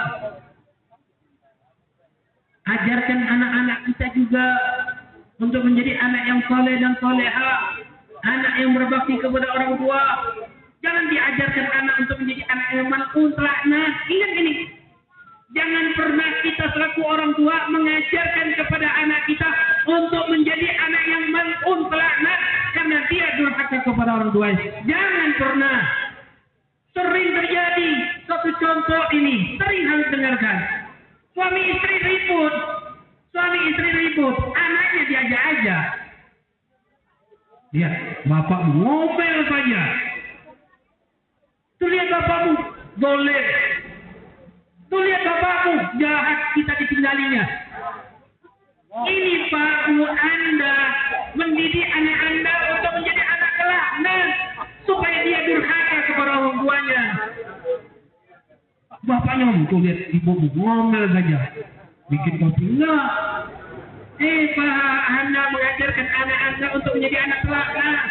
A: Ajarkan anak-anak kita juga untuk menjadi anak yang soleh dan soleha. Anak yang berbakti kepada orang tua. Jangan diajarkan anak untuk menjadi anak yang mal'un, laknat. Ingat ini. Jangan pernah kita selaku orang tua mengajarkan kepada anak kita untuk menjadi anak yang mal'un, laknat, karena dia durhaka kepada orang tua. Jangan pernah. Sering terjadi satu contoh ini, sering harus dengarkan. Suami istri ribut, suami istri ribut, anaknya diajak aja. Lihat, bapak ngomel saja. Tuh lihat bapakmu, boleh. Tuh lihat bapakmu, jahat, kita ditinggalinya. Ini baru Anda mendidik anak Anda untuk menjadi anak kelaknat, supaya dia durhaka kepada orang tuanya. Bapaknya tuh lihat ibu ngomel saja, bikin kopi enggak. Eh Pak, Anda mengajarkan anak Anda untuk menjadi anak kelaknat.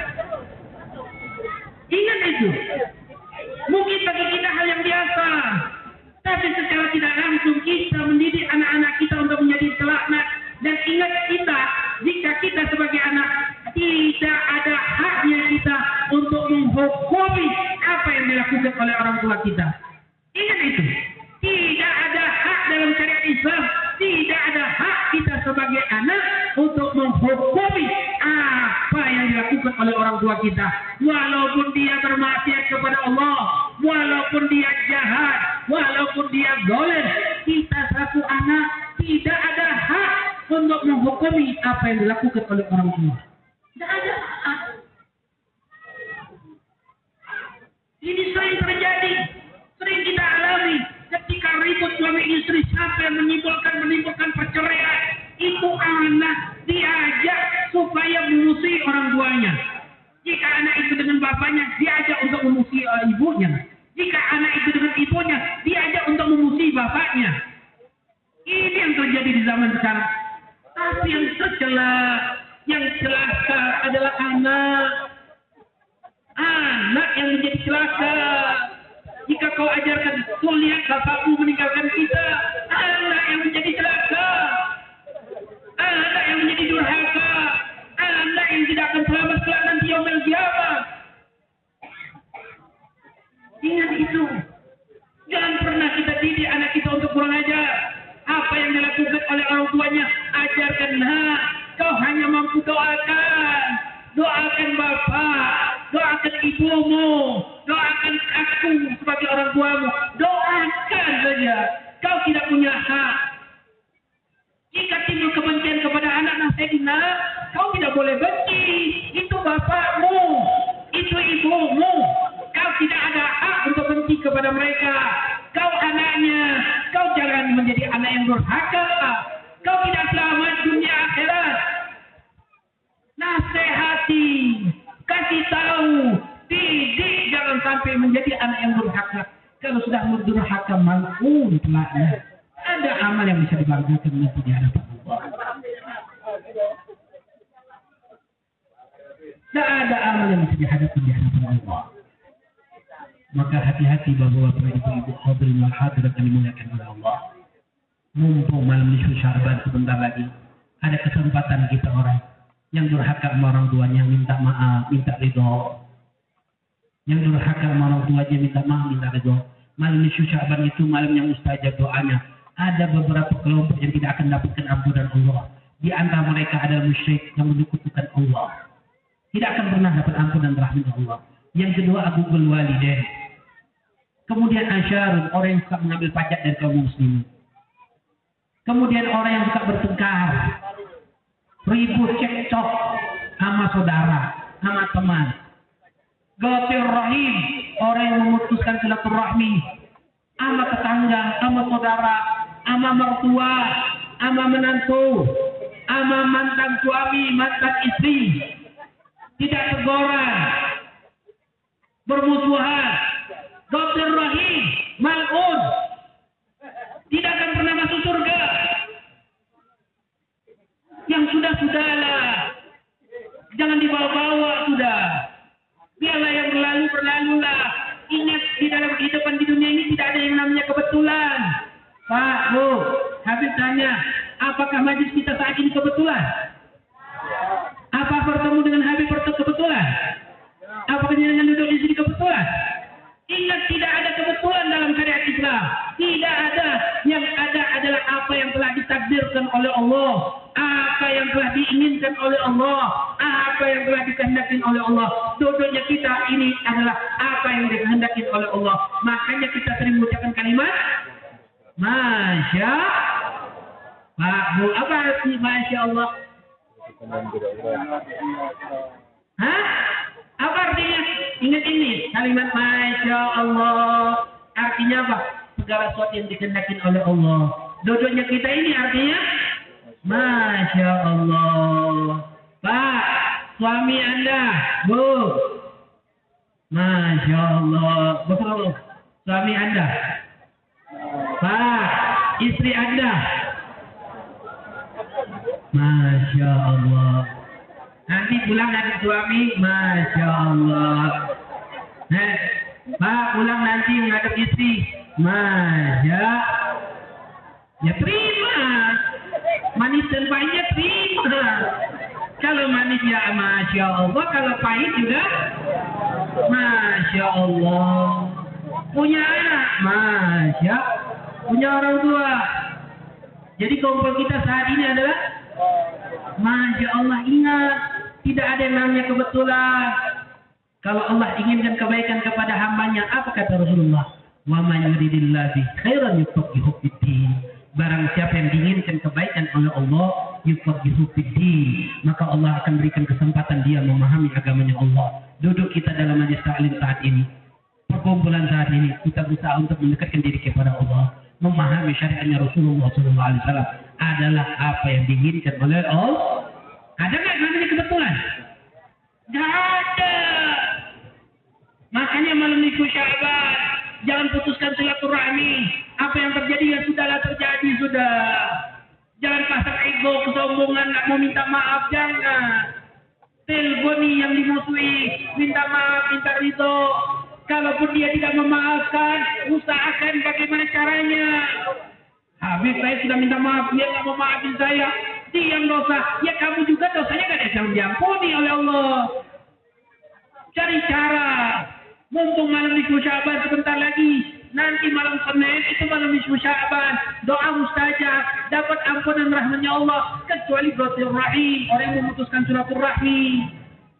A: Ingat itu. Mungkin bagi kita hal yang biasa, tapi secara tidak langsung kita mendidik anak-anak kita untuk menjadi kelaknat. Dan ingat kita, jika kita sebagai anak tidak ada haknya kita untuk menghukumi apa yang dilakukan oleh orang tua kita. Ingat itu, tidak ada hak dalam syariat Islam, tidak ada hak kita sebagai anak untuk menghukumi apa yang dilakukan oleh orang tua kita. Walaupun dia bermaksiat kepada Allah, walaupun dia jahat, walaupun dia zalim, kita satu anak tidak ada hak untuk menghukumi apa yang dilakukan oleh orang tua. Tidak ada hak. Ini sering terjadi, sering kita alami ketika ribut suami istri sampai menimbulkan menimbulkan perceraian. Itu anak diajak supaya memusuhi orang tuanya. Jika anak itu dengan bapaknya, diajak untuk memusuhi uh, ibunya. Jika anak itu dengan ibunya, diajak untuk memusuhi bapaknya. Ini yang terjadi di zaman sekarang. Tapi yang tercela, yang celaka adalah anak. Anak yang menjadi celaka. Jika kau ajarkan, kau lihat bapakmu meninggalkan kita. Anak yang menjadi celaka. Anak yang menjadi durhaka. Anak yang tidak akan selamat kelak nanti yaumil qiyamah. Ingat itu. Jangan pernah kita didik anak kita untuk kurang ajar. Apa yang dilakukan oleh orang tuanya, ajarkan. Nah, kau hanya mampu doakan. Doakan bapak, doakan ibumu, doakan aku sebagai orang tuamu. Doakan saja. Kau tidak punya hak. Jika timbul kebencian kepada anak nasihatnya, kau tidak boleh benci. Itu bapakmu, itu ibumu. Kau tidak ada hak untuk benci kepada mereka. Kau anaknya, kau jangan menjadi anak yang durhaka. Kau tidak selamat dunia akhirat. Nasihati, kasih tahu, didik, jangan sampai menjadi anak yang durhaka. Kalau sudah durhaka, mal'un, laknat. Ada amal yang bisa dibanggakan nanti di hadapan Allah. Tidak ada amal yang bisa dihadapi di hadapan Allah. Maka hati-hati bapak-bapak ibu-ibu hadirin wal hadirat yang dimuliakan oleh Allah. Mumpung malam nisfu Sya'ban sebentar lagi, ada kesempatan kita orang yang durhaka sama orang tuanya minta maaf, minta ridho. Yang durhaka sama orang tuanya minta maaf, minta ridho. Malam nisfu Sya'ban itu malam yang mustajab doanya. Ada beberapa kelompok yang tidak akan dapatkan ampunan Allah. Di antara mereka adalah musyrik yang menyekutukan Allah. Tidak akan pernah dapat ampunan rahmat Allah. Yang kedua, aququl walidain. Kemudian asyarun, orang yang suka mengambil pajak dari kaum muslimin. Kemudian orang yang suka bertengkar, ribut, cekcok sama saudara, sama teman. Ghatir rahim, orang yang memutuskan silaturahmi sama tetangga, sama saudara, sama mertua, sama menantu, sama mantan suami, mantan istri. Tidak teguran, bermusuhan, ghatir rahim, mal'un, tidak akan pernah masuk surga. Yang sudah-sudahlah, jangan dibawa-bawa sudah. Biarlah yang berlalu berlalulah. Ingat, di dalam kehidupan di dunia ini tidak ada yang namanya kebetulan. Pak, Bu, Habib tanya, apakah majlis kita saat ini kebetulan? Apa bertemu dengan Habib kebetulan? Apakah dengan duduk di sini kebetulan? Ingat, tidak ada kebetulan dalam syariat Islam. Tidak ada. Yang ada adalah apa yang telah ditakdirkan oleh Allah, apa yang telah diinginkan oleh Allah, apa yang telah dikehendaki oleh Allah. Duduknya kita ini adalah apa yang dikehendaki oleh Allah. Makanya kita sering mengucapkan kalimat Masya Pak, Bu, apa arti Masya Allah? Hah? Apa artinya? Ingat ini, kalimat Masya Allah. Artinya apa? Segala sesuatu yang dikehendaki oleh Allah. Duduknya kita ini artinya Masya Allah. Pak, suami Anda, Bu, Masya Allah. Betul, suami Anda. Pak, istri Anda, Masya Allah. Nanti pulang dari suami, Masya Allah. Nah, Pak, pulang nanti menghadap istri, Masya. Ya terima. Manis dan pahitnya terima. Kalau manis ya Masya Allah. Kalau pahit juga Masya Allah. Punya anak, Masya. Punya orang tua. Jadi kumpul kita saat ini adalah Masya Allah. Ingat, tidak ada yang namanya kebetulan. Kalau Allah inginkan kebaikan kepada hambanya, apa kata Rasulullah? Wa man yuridillahu khairan yufaqihu fid-din. Barang siapa yang diinginkan kebaikan oleh Allah, yufaqihu fid-din, maka Allah akan berikan kesempatan dia memahami agamanya Allah. Duduk kita dalam majlis taklim saat ini, perkumpulan saat ini, kita berusaha untuk mendekatkan diri kepada Allah, memahami syariatnya Rasulullah shallallahu alaihi wasallam adalah apa yang diinginkan oleh Allah. Ada nggak namanya kebetulan? Nggak ada. Makanya malam nisfu Sya'ban, jangan putuskan silaturahmi. Apa yang terjadi ya sudahlah terjadi sudah. Jangan pasang ego, kesombongan, nggak mau minta maaf, jangan. Telponi yang dimusuhi, minta maaf, minta ridho. Kalaupun dia tidak memaafkan, usahakan bagaimana caranya. Habis saya sudah minta maaf, dia nggak mau maafin saya. Dia yang dosa, ya kamu juga dosanya nggak ada yang diampuni oleh Allah. Cari cara. Mumpung malam nisfu Sya'ban sebentar lagi. Nanti malam Senin itu malam nisfu Sya'ban. Doa mustajab, dapat ampunan rahmatnya Allah. Kecuali ghatir rahim, orang yang memutuskan silaturahmi.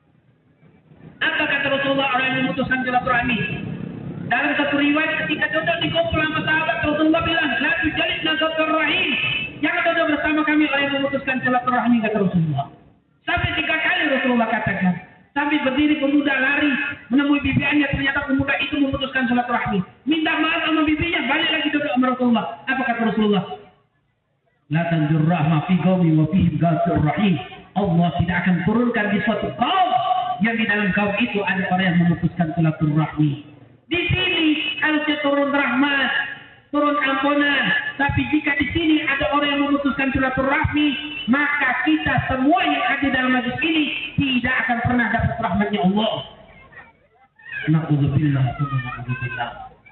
A: Apa kata Rasulullah orang yang memutuskan silaturahmi? Dalam satu riwayat ketika duduk di kumpul sama sahabat, Rasulullah bilang, la tujalibna ghatir rahim. Jangan duduk bersama kami orang yang memutuskan silaturahmi, kata Rasulullah. Sampai tiga kali Rasulullah katakan. Sampai berdiri pemuda lari menemui bibiannya, ternyata pemuda itu memutuskan silaturahmi. Minta maaf sama bibinya, balik lagi duduk sama Rasulullah. Apa kata Rasulullah? La tanjur rahmah fi qaumi wa fihi ghatir rahim. Allah tidak akan turunkan di suatu kaum yang di dalam kaum itu ada orang yang memutuskan silaturahmi. Di sini harusnya turun rahmat, turun ampunan. Tapi jika di sini ada orang yang memutuskan silaturahmi, maka kita semua yang ada dalam majlis ini tidak akan pernah dapat rahmatnya Allah. Na'udzubillah, na'udzubillah.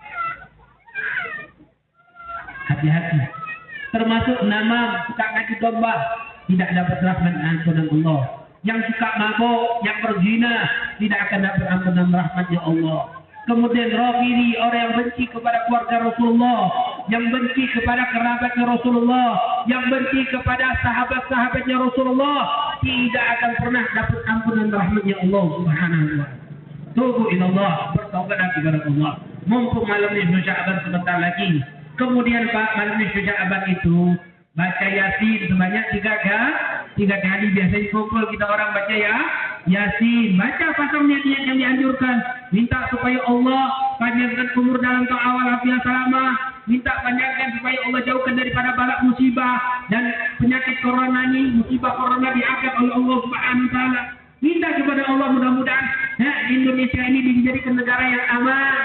A: Hati-hati. Termasuk nama suka ngaji domba tidak dapat rahmat ampunan Allah. Yang suka mabuk, yang berzina tidak akan dapat ampunan rahmatnya Allah. Kemudian rafidi, orang yang benci kepada keluarga Rasulullah, yang benci kepada kerabatnya Rasulullah, yang benci kepada sahabat-sahabatnya Rasulullah, tidak akan pernah dapat ampunan rahmatnya Allah Subhanahu wa taala. Tubu ilallah, bertaubatlah kepada Allah. Mumpung malam nisfu Sya'ban sebentar lagi. Kemudian Pak, malam nisfu Sya'ban itu baca Yasin sebanyak tiga kali, tiga kali biasanya kumpul kita orang baca ya Yasin. Baca pasal niat-niat yang dianjurkan. Minta supaya Allah panjangkan umur dalam ta'ala walafiat selama. Minta panjangkan supaya Allah jauhkan daripada balak musibah dan penyakit corona ini, musibah corona diangkat oleh Allah Subhanahu wa taala. Minta kepada Allah mudah-mudahan nah, Indonesia ini dijadikan negara yang aman.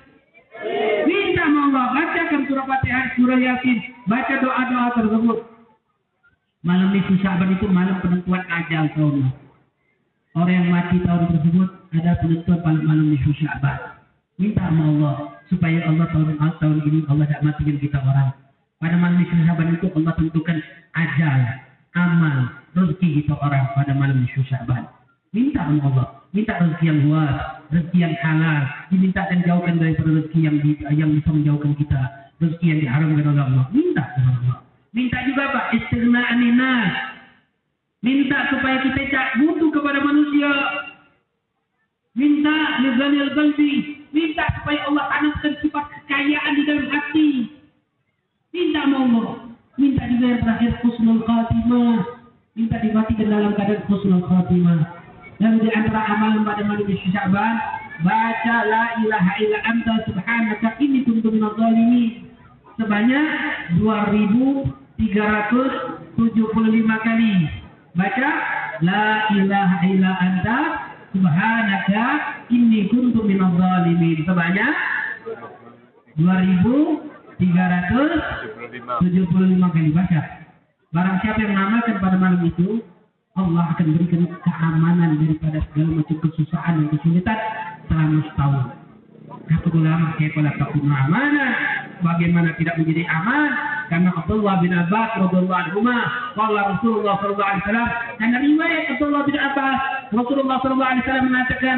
A: Minta sama Allah, bacakan surah Fatihah, surah Yasin, baca doa-doa tersebut. Malam nisfu Sya'ban itu malam penentuan ajal tahun. Orang yang mati tahun tersebut ada penentuan pada malam nisfu Sya'ban. Minta sama Allah supaya Allah tahun, tahun ini Allah tidak matikan kita orang. Pada malam nisfu Sya'ban itu Allah tentukan ajal, amal, rezeki kita orang pada malam nisfu Sya'ban. Minta sama Allah, minta rezeki yang luas, rezeki yang halal, diminta dan jauhkan daripada rezeki yang di, yang bisa menjauhkan kita, rezeki yang diharamkan oleh Allah. Minta sama Allah. Minta juga Pak, istighna aninas. Minta supaya kita tak butuh kepada manusia. Minta lizanil qalbi, minta supaya Allah tanamkan sifat kekayaan di dalam hati. Minta sama Allah. Minta juga yang terakhir husnul khatimah. Minta dimatikan dalam keadaan husnul khatimah. Dan di antara amalan pada malam nisfu Sya'ban, baca la ilaha illa anta subhanaka inni kuntu minadh dhalimin sebanyak dua ribu tiga ratus tujuh puluh lima kali. Baca la ilaha illa anta subhanaka inni kuntu minadh dhalimin sebanyak dua ribu tiga ratus tujuh puluh lima kali. Baca. Barang siapa yang mengamalkan pada malam itu, Allah akan berikan keamanan daripada segala macam kesusahan dan kesulitan selama setahun. Kata ulama, kaifalah takunu amanah? Bagaimana tidak menjadi aman? Karena Abdullah bin Abbas radhiyallahu anhu, qala Rasulullah sallallahu alaihi wasallam, dan riwayat Abdullah bin Abbas, Rasulullah sallallahu alaihi wasallam mengatakan,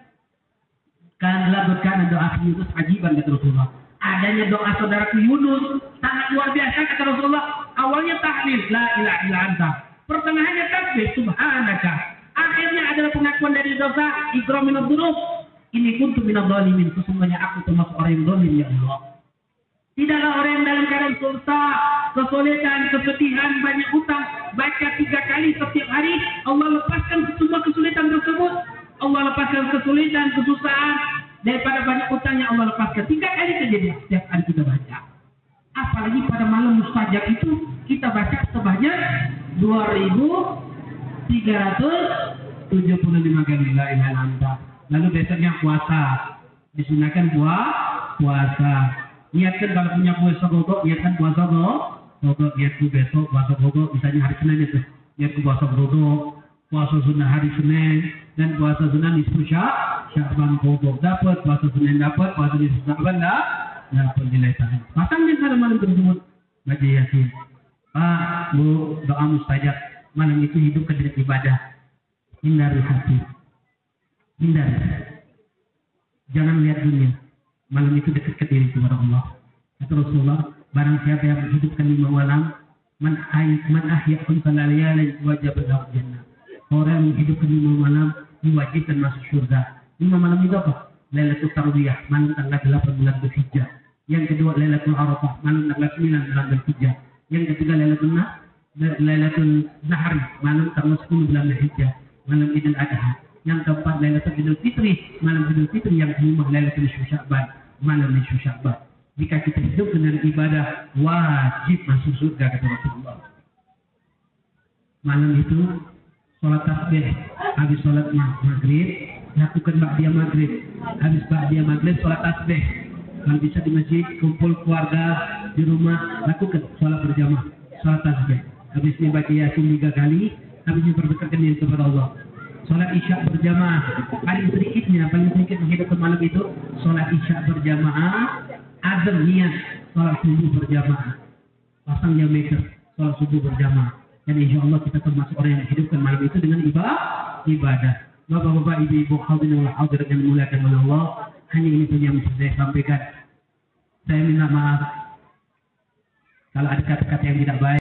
A: kan la berkana doa Yunus ajiban kata Rasulullah. Adanya doa saudaraku Yunus sangat luar biasa kata Rasulullah. Awalnya tahlil la ilaha illa anta. Pertengahannya tasbih subhanaka. Akhirnya adalah pengakuan dari dosa, iqrar minadz dzunub. Ini kuntu minadz dzalimin, sesungguhnya aku termasuk orang yang zalim ya Allah. Tidaklah orang yang dalam keadaan susah, kesulitan, kesedihan, banyak hutang, baca tiga kali setiap hari, Allah lepaskan semua kesulitan tersebut. Allah lepaskan kesulitan, kesusahan daripada banyak hutang yang Allah lepaskan. Tiga kali saja dia setiap hari kita baca. Apalagi pada malam mustajab itu kita baca sebanyak dua ribu tiga ratus tujuh puluh lima kali la ilaha illallah. Lalu besoknya puasa. Disunahkan buah puasa. Niatkan kalau punya puasa godok, niatkan puasa godok. Niatku besok puasa godok, misalnya hari Senin itu. Niatku puasa godok, puasa sunnah hari Senin dan puasa sunnah nisfu Sya'ban godok. Dapat puasa Senin, dapat puasa nisfu Sya'ban dah. Dapat nilai tahun. Pasangnya pada malam tersebut baca Yasin. Pak, Bu, doa mustajab. Malam itu hidupkan dengan ibadah. Hindari hati. Hindari. Jangan lihat dunia. Malam itu dekatkan diri kepada Allah. Kata Rasulullah, barang siapa yang menghidupkan lima malam, man ahya man ahya khamsa layalin wajib lahu jannah. Orang yang menghidupkan lima malam diwajibkan masuk surga. Lima malam itu apa? Lailatul Tarwiyah, malam tanggal delapan bulan Dzulhijjah. Yang kedua Lailatul Arafah, malam tanggal sembilan bulan Dzulhijjah. Yang ketiga Lailatul Nah, Lailatul Nahar, malam tanggal sepuluh bulan Dzulhijjah, malam Idul Adha. Yang keempat Lailatul Idul Fitri, malam Idul Fitri. Yang kelima Lailatul nisfu Sya'ban, malam nisfu Sya'ban. Jika kita hidup dengan ibadah, wajib masuk surga kata Rasulullah. Malam itu sholat tasbih, habis sholat maghrib lakukan ba'diyah maghrib, habis ba'diyah maghrib sholat tasbih. Kalau bisa di masjid, kumpul keluarga di rumah, lakukan sholat berjamaah, sholat tasbih. Habisnya baca Yasin tiga kali, habisnya berdekatkan diri kepada Allah. sholat isya berjamaah. Paling sedikitnya, paling sedikit menghidupkan malam itu sholat isya berjamaah, azam niat sholat subuh berjamaah, pasang jam meter sholat subuh berjamaah. Dan insya Allah kita termasuk orang yang menghidupkan malam itu dengan ibadah. Bapak-bapak, ibu-ibu, hadirin wal hadirat yang dimuliakan oleh Allah, hanya ini saja yang bisa saya sampaikan. Saya minta maaf kalau ada kata-kata yang tidak baik.